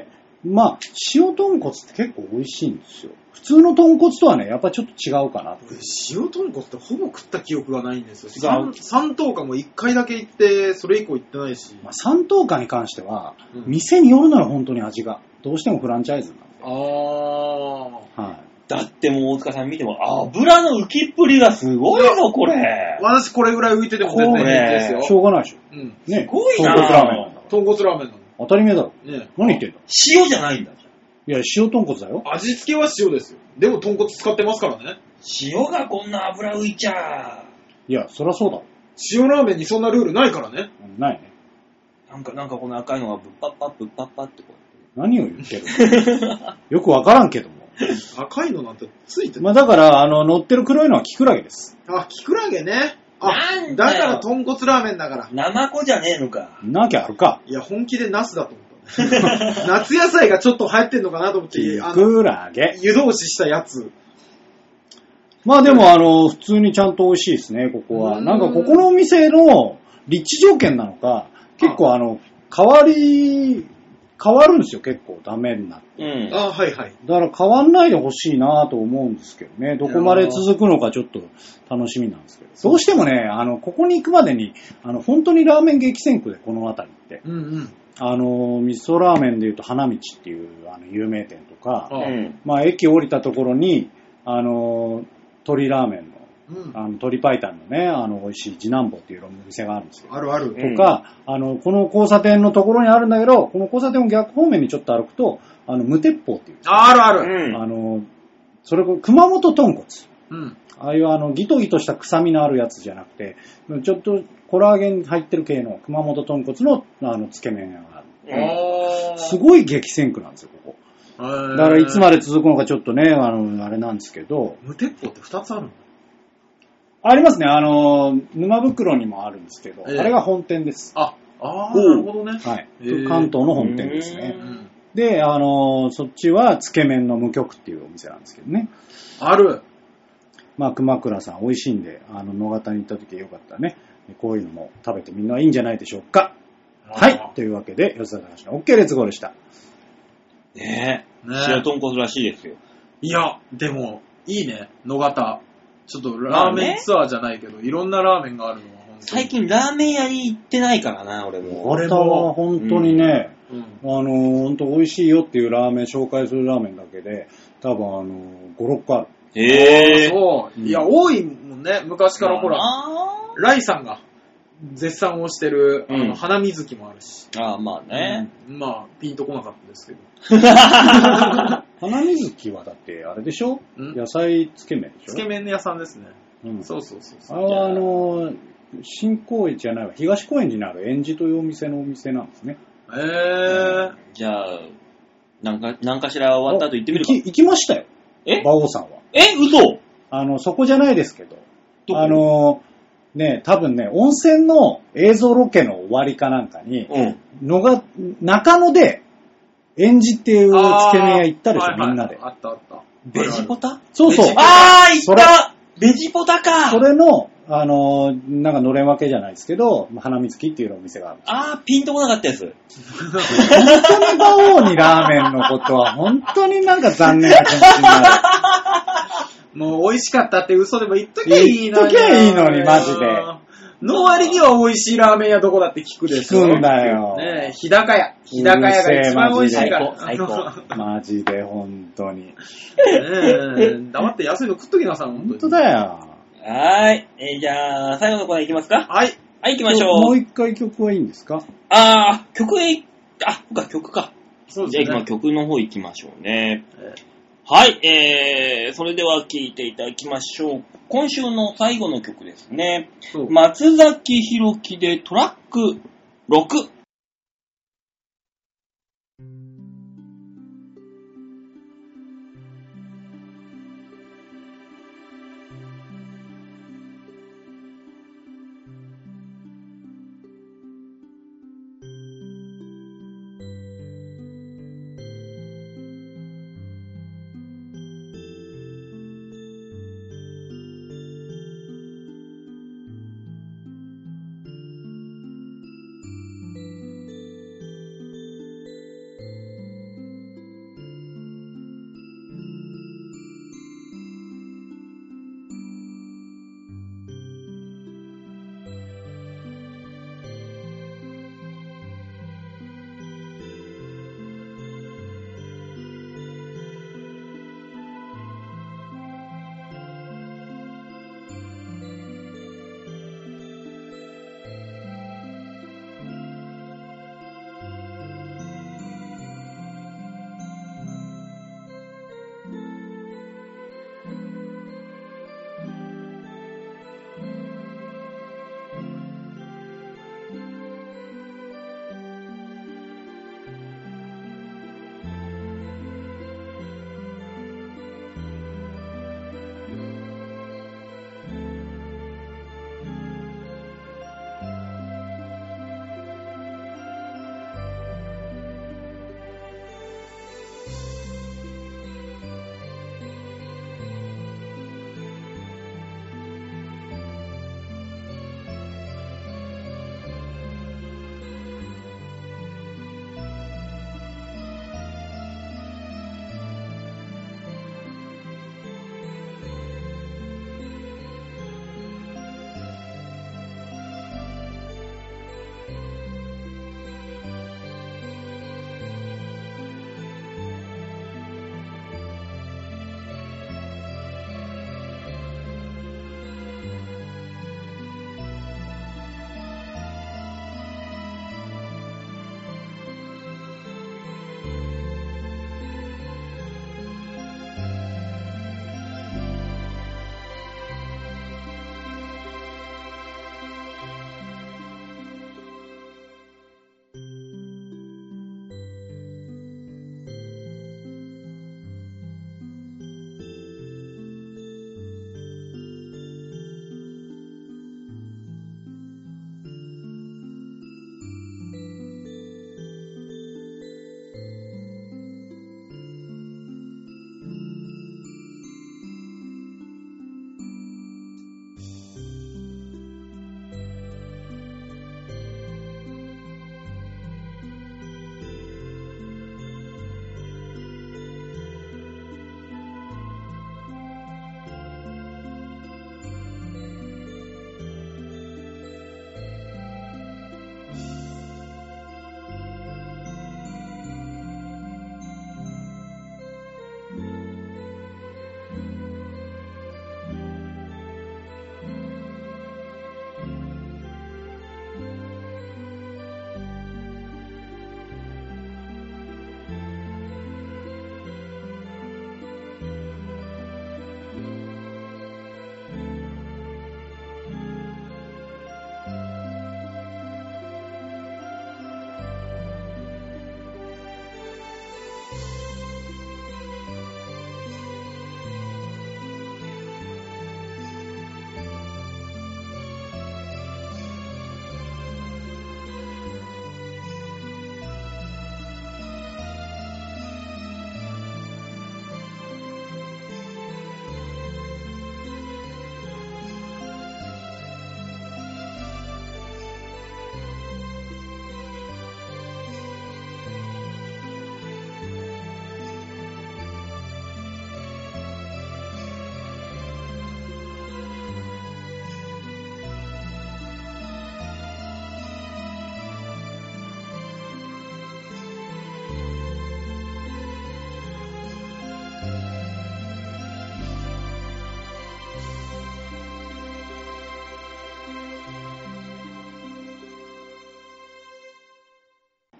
まあ、塩豚骨って結構美味しいんですよ。普通の豚骨とはね、やっぱちょっと違うかな。 塩豚骨ってほぼ食った記憶がないんですよ。三等価もいっかいだけ行って、それ以降行ってないし。 まあ、三等価に関しては、うん、店によるのよ、本当に味が。どうしてもフランチャイズなんで。 ああ。 はい。だってもう大塚さん見ても、油の浮きっぷりがすごいぞ、これ。 私これぐらい浮いてても全然平気ですよ。 しょうがないでしょ。 うん。 ね、 すごいな。 豚骨ラーメンなんだ。 豚骨ラーメンなの。 当たり前だろ。ね、何言ってんだ。 塩じゃないんだ。 いや、塩豚骨だよ。 味付けは塩ですよ。でも豚骨使ってますからね。 塩がこんな油浮いちゃう。いや、そりゃそうだろ。 塩ラーメンにそんなルールないからね。 ないね。 なんか、なんかこの赤いのがぶっぱっぱぶっぱっぱってこう。何を言ってるのよくわからんけども。 赤いのなんてついてる。 まあだから、あの、乗ってる黒いのはキクラゲです。 あ、キクラゲね。あ、なんだから豚骨ラーメンだから。 ナマコじゃねえのか。 なきゃあるか。 いや、本気でナスだと思った。夏野菜がちょっと入ってんのかなと思って。 キクラゲ。 湯通ししたやつ。 まあでも、あの、普通にちゃんと美味しいですね、ここは。なんか、ここのお店の立地条件なのか、結構あの、変わり、変わるんですよ、結構ダメになって。 うん。あ、はいはい。 だから変わんないでほしいなと思うんですけどね。どこまで続くのかちょっと楽しみなんですけど。どうしてもね、あの、ここに行くまでに、あの、本当にラーメン激戦区で、この辺りって。 うんうん。 あの、味噌ラーメンで言うと花道っていうあの有名店とか、 うん、 まあ駅降りたところに、あの、鶏ラーメンの、うん、あの鶏白湯のね、あの美味しい次男坊っていうお店があるんですよ。 あるある。 とか、うん、あの、この交差点のところにあるんだけど、この交差点を逆方面にちょっと歩くと、あの、無鉄砲っていう。 あるある。 うん、あの、それこ熊本豚骨。 うん。 ああいうあの、ギトギトした臭みのあるやつじゃなくて、ちょっとコラーゲン入ってる系の熊本豚骨のあの、つけ麺がある。 うん、 すごい激戦区なんですよ、ここ。だからいつまで続くのかちょっとね、あの、あれなんですけど。 無鉄砲ってふたつあるの？ ありますね。あの、沼袋にもあるんですけど、えー、あれが本店です。 あ、あー、なるほどね。 はい。えー、関東の本店ですね。で、あの、そっちはつけ麺の無極っていうお店なんですけどね。 ある。 まあ、熊倉さん美味しいんで、あの、野方に行った時はよかったらね、こういうのも食べてみるのはいいんじゃないでしょうか。はい。というわけで、吉田隆の OK レッツゴーでした。 ねえ。ね、塩豚骨らしいですよ。 いや、でも、いいね、野方。ちょっとラーメンツアーじゃないけど、まあね、いろんなラーメンがあるのは本当に。 最近ラーメン屋に行ってないからな、俺も。 俺も本当にね、うん、あの、本当美味しいよっていうラーメン、紹介するラーメンだけで、多分あの、ご、ろっこある。 へぇー。そう。いや、多いもんね、昔からほら。ライさんが絶賛をしてる、うん、あの花水木もあるし。 ああ、まあね、 うん。まあ、ピンとこなかったですけど。 花水木はだって、あれでしょ？野菜つけ麺でしょ？ つけ麺屋さんですね。うん。そうそうそうそう。 あれはあの、新高円寺じゃないわ、東高円寺にある園寺というお店のお店なんですね。 へぇー。 じゃあ、なんか、なんかしら終わった後行ってみるか。 行き、行きましたよ。 え？ 馬王さんは。 え？嘘？ あの、そこじゃないですけど。どあの、ね、多分ね、温泉の映像ロケの終わりかなんかに、うん、のが、中野で、園寺っていうつけ麺屋行ったでしょ、はいはい、みんなで。 あったあった。 ベジポタ？ そうそう。 あー、行ったベジポタか。 それの、あの、なんかのれん分けじゃないですけど、花水木っていうお店があるんです。 あー、ピンとこなかったやつ。 本当に馬王にラーメンのことは、本当になんか残念な気持ちになる。 もう美味しかったって嘘でも言っときゃいいのに。 言っときゃいいのに、マジで。 の割には美味しいラーメン屋どこだって聞くでしょ。 聞くんだよ。 ねえ、日高屋。日高屋が一番美味しいから。 最高、最高。 マジで、本当に。ねえ、黙って安いの食っときなさい、本当に。 本当だよ。 はーい。えー、じゃあ、最後のコーナーいきますか？ はい。 はい、行きましょう。 もう一回曲はいいんですか？ あー、曲へ、あ、そっか、曲か。 そうですね。 じゃあ、今曲の方行きましょうね。えーはい、えー、それでは聴いていただきましょう。今週の最後の曲ですね。松崎弘樹でトラックろく。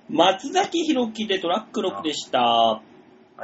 松崎弘樹でトラックろくでした。はい。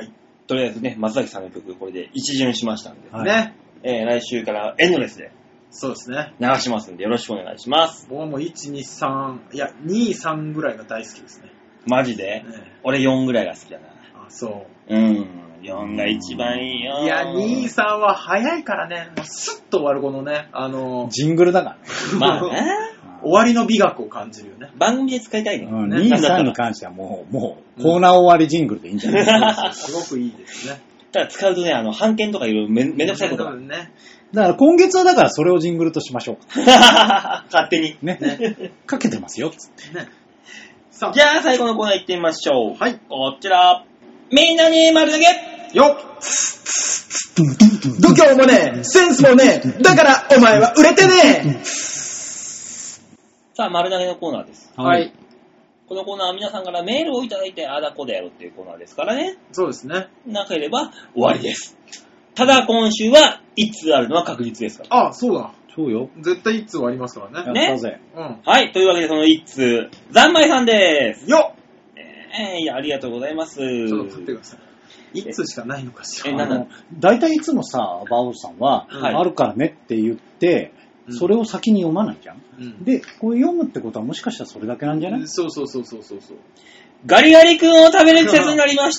とりあえずね、松崎さんの曲、これで一巡しましたんで。 はい、ね。 えー、来週からエンドレスで。 そうですね。 流しますんで、よろしくお願いします。 僕はもういち、に、さん、いや、に、さんぐらいが大好きですね。 マジで、ね、俺よんぐらいが好きだな。 あ、そう。 うん。よんが一番いいよ。 いや、に、さんは早いからね。もうスッと終わるこのね、あのー、 ジングルだからね。 まあね。 終わりの美学を感じるよね。 番組で使いたいね。 うん、に、さんに関してはもう、もう、コーナー終わりジングルでいいんじゃないですか。 すごくいいですね。 ただ使うとね、あの、版権とかいろいろめんどくさいことがあるね。 だから今月はだからそれをジングルとしましょう。 勝手に。 ね。ねかけてますよ、つって。ね。 さあ。じゃあ最後のコーナー行ってみましょう。 はい。 こちら。みんなに丸投げよっ度胸もねえ、センスもねえ、だからお前は売れてねえ。 さあ、丸投げのコーナーです。 はい。 このコーナーは皆さんからメールをいただいて、あだこでやろうっていうコーナーですからね。 そうですね。 なければ終わりです。ただ今週は一通あるのは確実ですから。 あ、そうだ。 そうよ。 絶対一通はありますからね。 ね。 やったぜ。 うん。 はい。というわけでその一通、ざんまいさんです。 よっえー、いや、ありがとうございます。ちょっと待ってください。一通しかないのかしら。 え、なんだだいたいいつもさ、バオさんは、はい、あるからねって言って、それを先に読まないじゃん、うん、で、こう読むってことはもしかしたらそれだけなんじゃない、うん、 そうそうそうそうそう。 ガリガリ君を食べる季節になりました。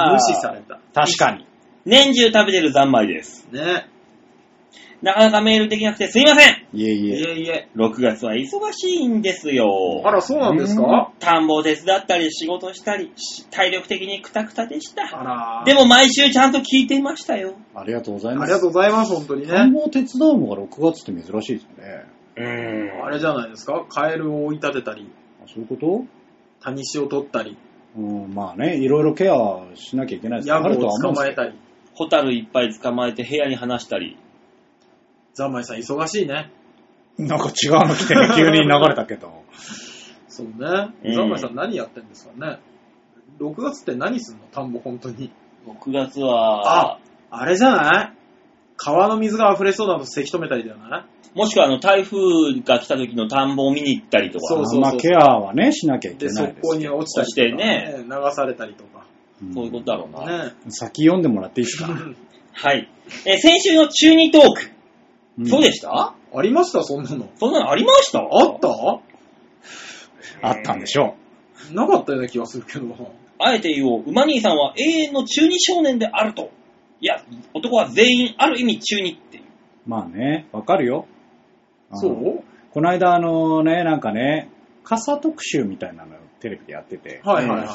無視された。 確かに。 年中食べてる三昧です。 ね。 なかなかメールできなくてすいません。 いえいえ。 いえいえ。 ろくがつは忙しいんですよ。 あら、そうなんですか？ 田んぼを手伝ったり仕事したり、体力的にクタクタでした。 あら。 でも毎週ちゃんと聞いていましたよ。 ありがとうございます。 ありがとうございます、本当にね。 田んぼを手伝うのがろくがつって珍しいですよね。 うーん。あれじゃないですか？カエルを追い立てたり。 あ、そういうこと？ タニシを取ったり。 うん、まあね、いろいろケアしなきゃいけないですヤゴを捕まえたり。 ホタルいっぱい捕まえて部屋に放したり。 ザンマイさん忙しいね。 なんか違うの来てね、急に流れたけど。 そうね。ザンマイさん何やってんですかね。ろくがつって何すんの？田んぼ本当に。 ろくがつは、 あ、あれじゃない？川の水が溢れそうなのせき止めたりだよね。 もしくはあの台風が来た時の田んぼを見に行ったりとか。 そうそうそう。 まあケアはね、しなきゃいけないです。 で、側溝に落ちたりとか、 してね。 流されたりとか。 うん、そういうことだろうな。 ね、 先読んでもらっていいですか？ はい。え、先週の中にトーク。うん、そうでした？ ありましたそんなの。 そんなのありました？ あった？ あったんでしょう。なかったような気がするけど。 あえて言おう。馬兄さんは永遠の中二少年であると。いや、男は全員ある意味中二っていう。 まあね、わかるよ。 そうこの間あのね、なんかね、傘特集みたいなのをテレビでやってて。 はいはいはい。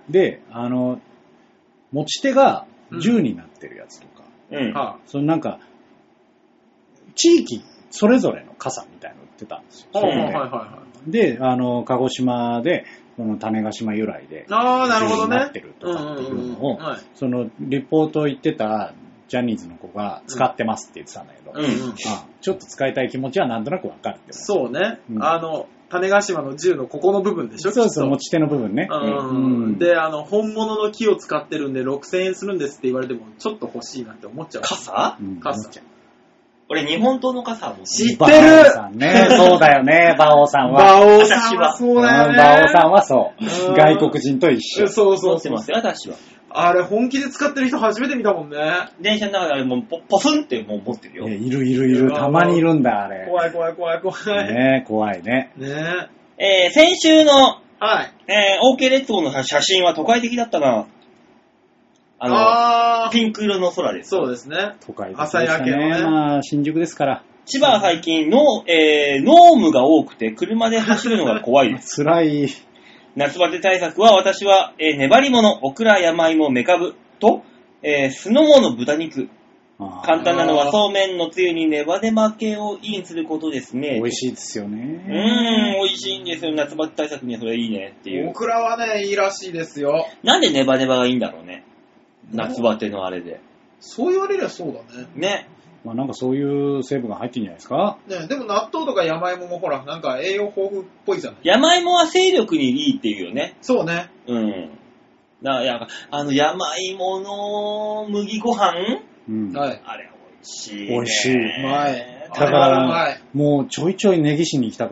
で、あの、持ち手が銃になってるやつとか。 うん。 そのなんか、地域それぞれの傘みたいなの売ってたんですよ。 はいはいはいはい。 で、あの、鹿児島で、その種子島由来で、 ああ、なるほどね。 なってるとかっていうのを、その、リポート行ってたジャニーズの子が使ってますって言ってたんだけど、 うんうん、 あちょっと使いたい気持ちはなんとなくわかるって。 そうね。うん、あの、種子島の銃のここの部分でしょ？ そうそう、持ち手の部分ね。 うんうん、で、あの、本物の木を使ってるんでろくせんえんするんですって言われても、ちょっと欲しいなって思っちゃう。 傘？ うん、 傘。 俺、日本刀の傘も知ってる。 バオさんね。そうだよね、バオさんは。 バオさんはそうだよね。 バオさんはそう。外国人と一緒。 そうそうそう。 持ってますよ、私は。 あれ、本気で使ってる人初めて見たもんね。 電車の中であれもうポ、ポスンってもう持ってるよ。 いるいるいる。たまにいるんだ、あれ。 怖い怖い怖い怖い。 ね怖いね。 ねえー、先週の、 はい。 えー、OK レッツゴーの写真は都会的だったな。あの、あピンク色の空です。 そうですね。 都会的でしたね。朝焼けのね。まあ、新宿ですから。 千葉は最近の、えー、濃霧が多くて車で走るのが怖いです。 辛い。 夏バテ対策は私は、えー、粘り物、オクラ、山芋、メカブと、えー、酢の物、豚肉。簡単なのはそうめんのつゆにネバネバ系をインすることですね。 美味しいですよね。 うーん、美味しいんですよ。夏バテ対策にはそれいいねっていう。 オクラはね、いいらしいですよ。 なんでネバネバがいいんだろうね。夏バテのあれで。 そう言われりゃそうだね。 ね。 まあなんかそういう成分が入ってるんじゃないですか。 ね、でも納豆とか山芋もほら、なんか栄養豊富っぽいじゃない。 山芋は精力にいいっていうよね。 そうね。 うん。だからやあの山芋の麦ご飯、 うん、 はい。 あれ美味しい、ね。 美味しい。 うまい。 だから、もうちょいちょいネギしに行きたくなる。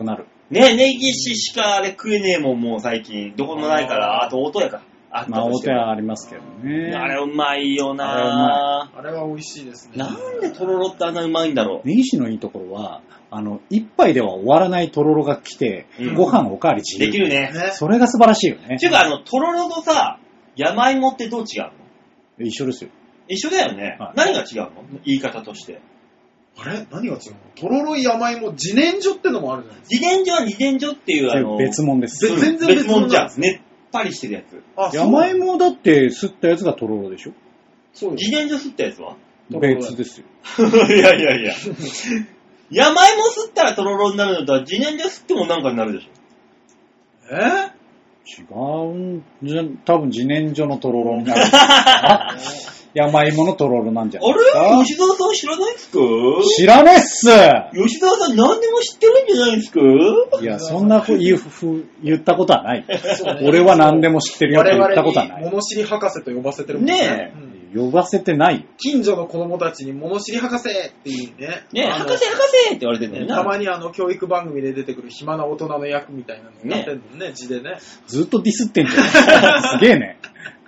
ね、ネギシしかあれ食えねえもん、もう最近。どこもないから、あと大戸屋か。 あまあ、大戸屋ありますけどね。 あれうまいよなぁ。あれは美味しいですね。 なんでとろろってあんなうまいんだろう。 ネギシのいいところは、あの、一杯では終わらないとろろが来て、うん、ご飯おかわり自由。 できるね。 それが素晴らしいよね。 ていうか、あの、とろろとさ、山芋ってどう違うの？ 一緒ですよ。 一緒だよね。はい、何が違うの？言い方として。 あれ何が違うの？とろろ山芋、自然薯ってのもあるじゃないですか。自然薯は自然薯っていうあの別物です。 全然別物じゃん。ねっぱりしてるやつ。 あ、山芋だって吸ったやつがとろろでしょ？ そうです。自然薯吸ったやつは別ですよ。 いやいやいや。山芋吸ったらとろろになるのとは自然薯吸ってもなんかになるでしょ。 え違うんじゃ、多分自然薯のとろろになる。山芋のとろろなんじゃないですか。 あれ吉沢さん知らないっすか？ 知らねえっす。 吉沢さん何でも知ってるんじゃないですか？ いや、そんなふ言うふ言ったことはない。俺は何でも知ってるよって言ったことはない。 物知り博士と呼ばせてるもんね。 ねえ。うん呼ばせてないよ。 近所の子供たちに物知り博士っていうね。 ねえ、博士博士って言われてんだよね。 たまにあの教育番組で出てくる暇な大人の役みたいなのになってんのね、字でね。 ずっとディスってんじゃん。すげえね。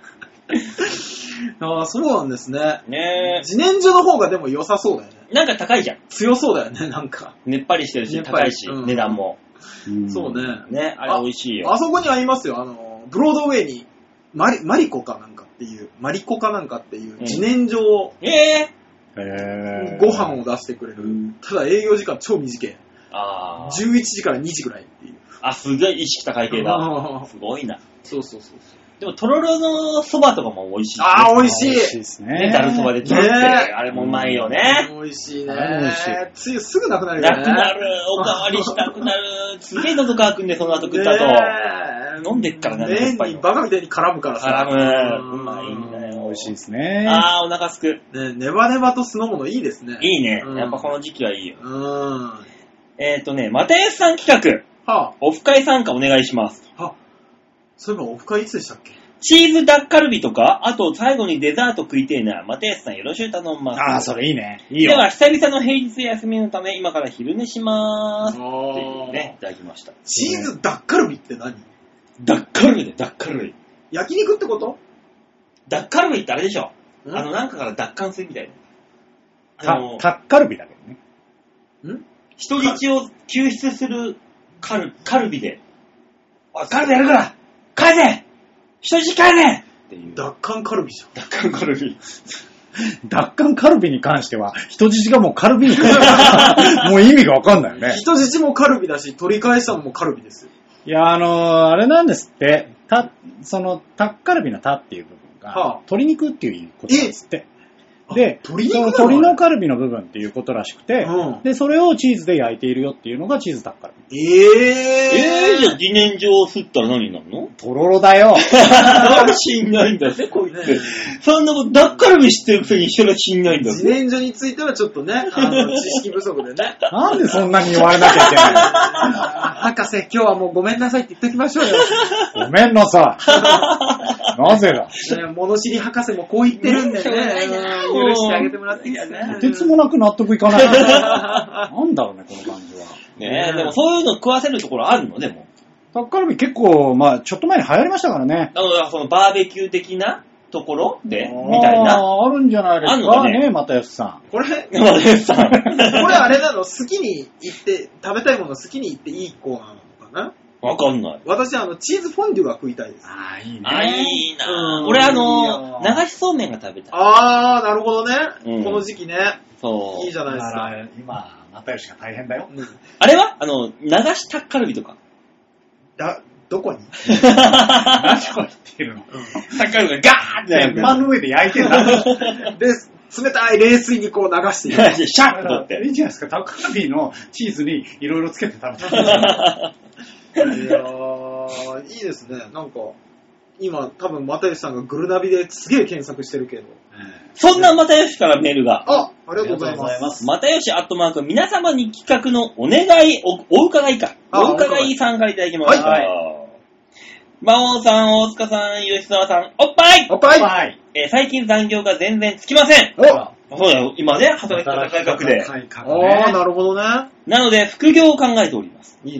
ああ、そうなんですね。 ねえ。 自然薯の方がでも良さそうだよね。 なんか高いじゃん。 強そうだよね、なんか。 ねっぱりしてるし、高いし、うん、値段も。 そうね。 ね、あれ美味しいよ。 あ、あそこにありますよ、あの、ブロードウェイに、マリ、マリコかなんかっていう、マリコかなんかっていう自然薯を、 うん、えー、ご飯を出してくれる。ただ営業時間超短い。あじゅういちじからにじぐらいっていう。 あ、すげえ意識高い系だ。すごいな。 そうそうそうそう。 でも、とろろのそばとかも美味しい、 ね。ああ、美味しい。 美味しいですね。 ざるそばで作って、ね、あれもうまいよね。 美味しいね。美味しい。つゆすぐなくなるよね。 なくなる。おかわりしたくなる。すげえ喉乾くんで、その後食ったと。飲んでっからね。麺にバカみたいに絡むからさ。 絡む。うまいんだよ。 美味しいですね。 ああ、お腹すく。 ね、ネバネバと酢の物いいですね。 いいね。やっぱこの時期はいいよ。うん。えっとね、又吉さん企画。はあ、オフ会参加お願いします。 はあ、そういえばオフ会いつでしたっけ？ チーズダッカルビとか、あと最後にデザート食いてえな。又吉さんよろしく頼みます。 ああ、それいいね。いいよ。 では、久々の平日休みのため、今から昼寝しまーす。っていうね、いただきました。 チーズダッカルビって何？ ダッカルビでダッカルビ。 焼肉ってこと？ ダッカルビってあれでしょ。あの、なんかから奪還するみたいな。あの、タッカルビだけどね。ん？人質を救出するカル、カルビで。おい、カルビやるから帰れ人質帰れっていう。 奪還カルビじゃん。 奪還カルビ。 奪還カルビに関しては、人質がもうカルビに関しては、もう意味がわかんないよね。 人質もカルビだし、取り返したのもカルビですよ。 いや、あのー、あれなんですって、た、その、タッカルビのタっていう部分が、はあ、鶏肉っていうことなんですって。で、 鶏その鶏のカルビの部分っていうことらしくて、うん、で、それをチーズで焼いているよっていうのがチーズタッカルビ。 えー、えー、じゃあ自然薯を吸ったら何になるの？ とろろだよ。 なんで死んないんだぜ、こいつ。そんなこと、ダッカルビ知ってるくせに一緒に死んないんだぜ。 自然薯についてはちょっとね、あの、知識不足でね。 なんでそんなに言われなきゃいけないの？ 博士、今日はもうごめんなさいって言っときましょうよ。 ごめんなさい。なぜだ、 ね、物知り博士もこう言ってるんでね。許してあげてもらっていいですね。 とてつもなく納得いかない。なんだろうね、この感じは。 ねえ、でもそういうの食わせるところあるのでも。 タッカルビ結構、まあちょっと前に流行りましたからね。 だからそのバーベキュー的なところでみたいな。 ああ、あるんじゃないですか。あるのね、又吉さん。 これ、 又吉さん。これあれなの、好きに行って、食べたいもの好きに行っていい子なのかな？ わかんない。 私、あの、チーズフォンデュが食いたいです。 ああ、いいね。 あ、いいな。俺、あの、流しそうめんが食べたい。 ああ、なるほどね。うん、この時期ね。 そう。 いいじゃないですか。 今、又吉が大変だよ。 うん、あれはあの、流しタッカルビとか。 だ、どこに何を言ってるの？ タッカルビがガーって鉄板の上で焼いてんだ。 で、冷たい冷水にこう流していく。 シャッとって。 いいじゃないですか。タッカルビのチーズにいろいろつけて食べた。 いやー、いいですね。なんか、今、多分、又吉さんがグルナビですげえ検索してるけど。 そんな又吉からメールが。 あ、ありがとうございます。 又吉アットマーク、皆様に企画のお願い、お、お伺いか。お伺いさんからいただきました。はい。馬王さん、大塚さん、吉沢さん、おっぱいおっぱい、 えー、最近残業が全然つきません。おそうだよ、今ね、働き方改革で。 ああ、なるほどね。 なので、副業を考えております。 いいね。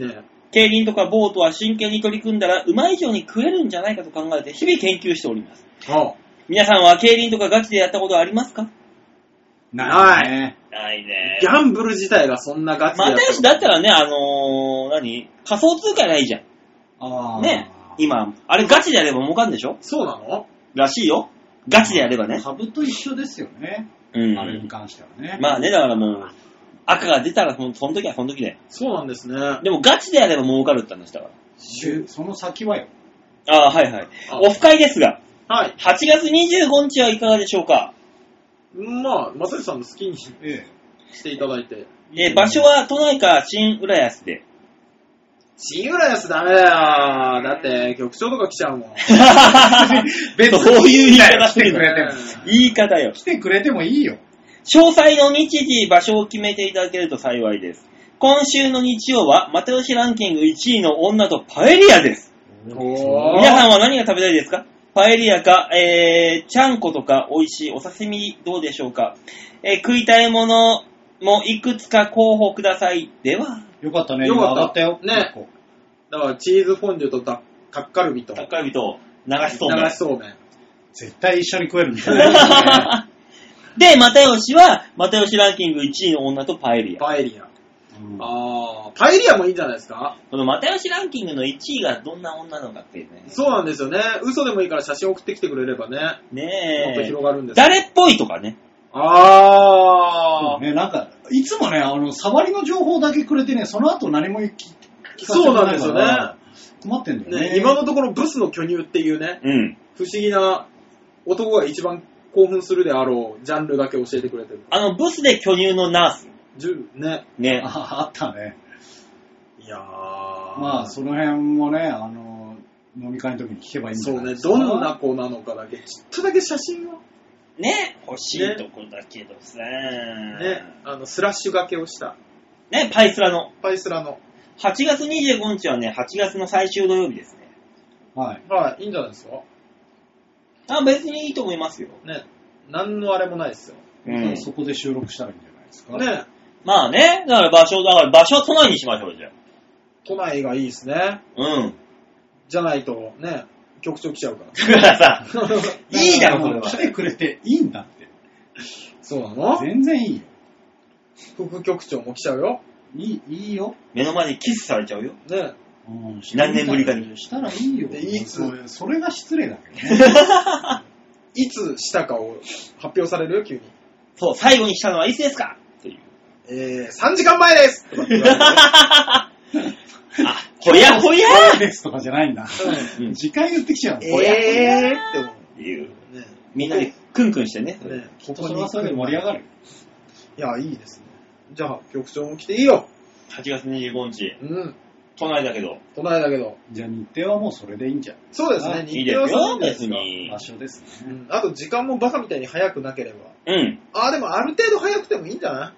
競輪とかボートは真剣に取り組んだら、うまい以上に食えるんじゃないかと考えて、日々研究しております。ああ、皆さんは競輪とかガチでやったことありますか？ ないね。 ないね。 ギャンブル自体がそんなガチでやった。 又吉だったらね、あのー、何仮想通貨ないじゃん。あね。今、あれガチでやれば儲かるんでしょ？ そうなの？ らしいよ。ガチでやればね。 株と一緒ですよね。うん。あれに関してはね。 まあね、だからもう、赤が出たらその時はその時で。 そうなんですね。 でもガチでやれば儲かるって話だから。 その先はよ。 ああ、はいはい。オフ会ですが。 はい。 はちがつにじゅうごにちはいかがでしょうか？ まあ、松井さんの好きにしていただいて。 えー、場所は都内か新浦安で。 新浦安ダメだよ。だって局長とか来ちゃうもん。 別にそういう言い方してくれても。言い方よ。 来てくれてもいいよ。 詳細の日時、場所を決めていただけると幸いです。今週の日曜は、又吉ランキングいちいの女とパエリアです。皆さんは何が食べたいですか？パエリアか、えー、ちゃんことか美味しいお刺身どうでしょうか？えー、食いたいものもいくつか候補ください。では。 よかったね。 よかった。 上がったよ。 ね。だからチーズフォンデュとタッカルビと。 タッカルビと流しそうめん。 流しそうめん。 絶対一緒に食えるみたいな、ね。 で、又吉は、又吉ランキングいちいの女とパエリア。 パエリア。うん、ああ、パエリアもいいんじゃないですか？ この又吉ランキングのいちいがどんな女なのかっていうね。 そうなんですよね。嘘でもいいから写真送ってきてくれればね。ねえ。もっと広がるんです。 誰っぽいとかね。 ああ、 ね、なんか、いつもね、あの、触りの情報だけくれてね、その後何も聞かせてそうなんですよね。 困ってんだよね。 ね、今のところブスの巨乳っていうね、うん、不思議な男が一番興奮するであろうジャンルだけ教えてくれてる。 あの、ブスで巨乳のナース。 じゅね。 ね。 あ、あったね。 いやー。 まあ、その辺もね、あの、飲み会の時に聞けばいいんじゃないですか。 そうね、どんな子なのかだけ、ちょっとだけ写真を。 ね、欲しいとこだけどさ、 ね、あの、スラッシュ掛けをした。 ね、パイスラの。 パイスラの。 はちがつにじゅうごにちはね、はちがつの最終土曜日ですね。 はい。 はい、いいんじゃないですか？ あ、別にいいと思いますよ。 ね、なんのあれもないですよ。 うん。そこで収録したらいいんじゃないですか。 ね。 まあね、だから場所、だから場所は都内にしましょう、じゃあ。 都内がいいですね。 うん。 じゃないと、ね、局長来ちゃうから。 だからさ、いいだろ、それは。 来てくれていいんだって。 そうなの？ 全然いいよ。 副局長も来ちゃうよ。 いい、いいよ。 目の前でキスされちゃうよ。 ね。 うん、 何年ぶりかに。 したらいいよ。 いつそれが失礼だけどね。 いつしたかを発表されるよ、急に。 そう、最後にしたのはいつですかっていう。 えー、さんじかんまえですとかって言われる、ね。 あ、ほやほやーですとかじゃないんだ。うん、時間言ってきちゃうの。 えー、ほやほやって言う。ね、みんなでクンクンしてね。 ね、ここそれはそれで盛り上がる。 いや、いいですね。じゃあ、局長も来ていいよ。 はちがつにじゅうごにち。 うん。 都内だけど。 都内だけど。 じゃあ日程はもうそれでいいんじゃん。 そうですね。 日程はそうですに。 場所ですね、 うん。あと時間もバカみたいに早くなければ。 うん。 あ、でもある程度早くてもいいんじゃない？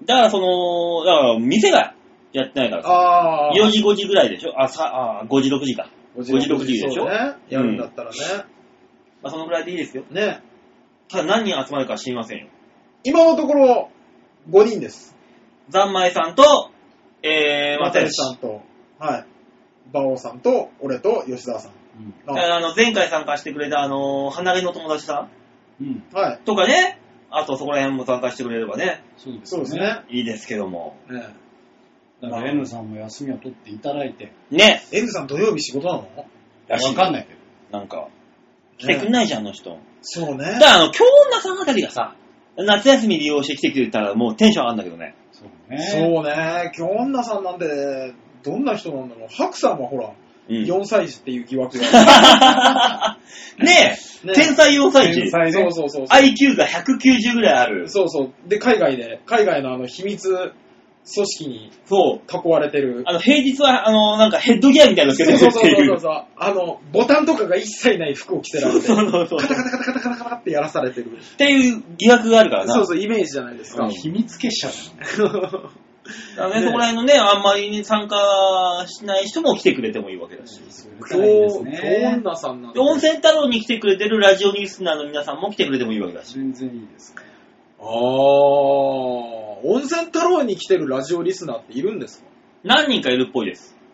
だからその、だから店がやってないからさ。ああ。よじごじぐらいでしょ？あ、さ、あ、ごじろくじか。ごじろくじでしょ？ そうね。やるんだったらね。うん、 まあそのぐらいでいいですよ。 ね。 ただ何人集まるか知りませんよ。 今のところごにんです。 ざんまいさんと、えー、 またさんと、はい。馬王さんと、俺と吉沢さん。 うん、あの前回参加してくれた、あのー、花毛の友達さん、うん、はい。 とかね、あとそこら辺も参加してくれればね。 そうですね。そうですね。 いいですけども。ね。 だから N さんも休みを取っていただいて。 ね。 N さん土曜日仕事なの？ わかんないけど。なんか、来てくんないじゃん、あの人。 そうね。 だからあの、京女さんあたりがさ、夏休み利用して来てくれたらもうテンション上がるんだけどね。 そうね。そうね。京女さんなんて、どんな人なんだろう。ハクさんはほら、うん、よんさい児っていう疑惑がねえ、ね、天才よんさい児。 天才ね。そうそうそうそう。 アイキュー がひゃくきゅうじゅうぐらいある。 そうそう。で、海外で、海外のあの秘密組織に囲われてる。 あの、平日は、あの、なんかヘッドギアみたいなのつけてるっていう。 そうそうそうそう。あの、ボタンとかが一切ない服を着せられて、そうそうそうカタカタカタカタカタカタってやらされてる。 っていう疑惑があるからな。 そうそう、イメージじゃないですか。 うん、秘密結社だね、ね、そこら辺のね、あんまり、ね、参加しない人も来てくれてもいいわけだし。 今日、京女さんなんで。 温泉太郎に来てくれてるラジオリスナーの皆さんも来てくれてもいいわけだし。 全然いいですね。 あー、温泉太郎に来てるラジオリスナーっているんですか？ 何人かいるっぽいです。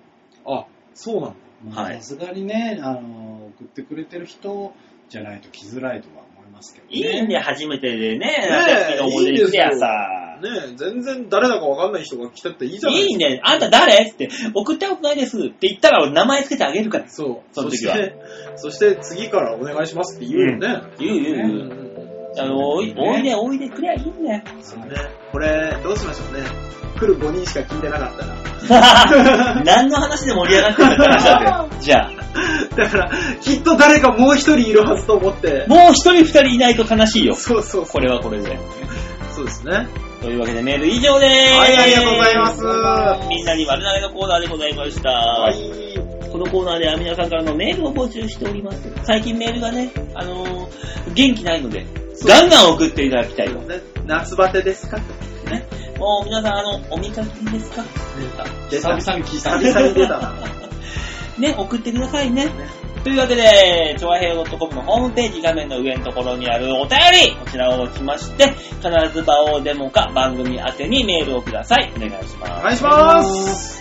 あ、そうなんだ。はい。さすがにね、あの、送ってくれてる人じゃないと来づらいとは思いますけどね。 いいね、初めてでね、ねえ、思い出来てやさ。 ねえ、全然誰だかわかんない人が来てっていいじゃないですか。いいね、あんた誰って、送ったことないですって言ったら俺名前つけてあげるから。 そう。 その時は。 そして、そして次からお願いしますって言うよね。 うん、言う言う言う。うん、あの、おいでおいでくりゃいいんだよ。 そうね。これ、どうしましょうね。来るごにんしか聞いてなかったら。 何の話で盛り上がってるんだって話だって。じゃあ。 だから、きっと誰かもう一人いるはずと思って。 もう一人二人いないと悲しいよ。 そうそうそう。 これはこれで。 そうですね。 というわけでメール以上でーす。 はい、ありがとうございます。 みんなに丸投げのコーナーでございました。はい。このコーナーでは皆さんからのメールを募集しております。最近メールがね、あのー、元気ないので、ガンガン送っていただきたいよ。 ね、夏バテですかね。もう皆さん、あの、お見かけですか久々に聞いた。 久々に出たな。 ね、送ってくださいね。ねというわけで、ちょわへい .com のホームページ画面の上のところにあるお便り、こちらを押しまして、必ず場をデモか番組宛てにメールをください。お願いします。 お願いします。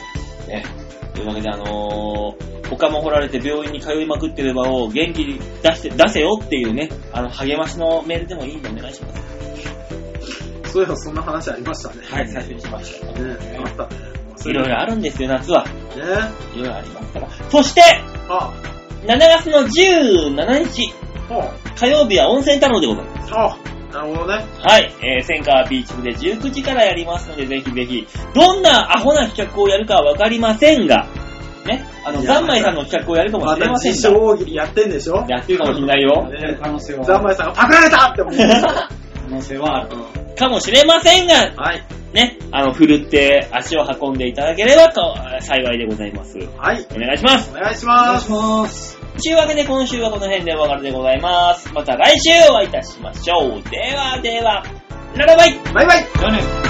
ね、というわけで、あのー、他も掘られて病院に通いまくってる場を元気に出して、出せよっていうね、あの、励ましのメールでもいいんでお願いします。 そういえばそんな話ありましたね。 はい、最初にしました。 ね、あったね。 いろいろあるんですよ、夏は。ね。いろいろありますから。そして、 ああしちがつのじゅうしちにち、火曜日は温泉太郎でございます。 ああ、なるほどね。 はい、えー、千川ビーチ部でじゅうくじからやりますので、ぜひぜひ、どんなアホな企画をやるかはわかりませんが、ね、あの、ザンマイさんの企画をやるかもしれませんが。 また自称大喜利やってんでしょ？ やってるかもしれないよ。 ね、可能性は。ザンマイさんがパクられたって思う。可能性はある。 かもしれませんが、 はい。 ね、あの、ふるって足を運んでいただければと幸いでございます。 はい。 お願いします。 お願いします。 お願いします。 というわけで今週はこの辺でお別れでございます。また来週お会いいたしましょう。ではでは、ララバイバイバイじゃあね。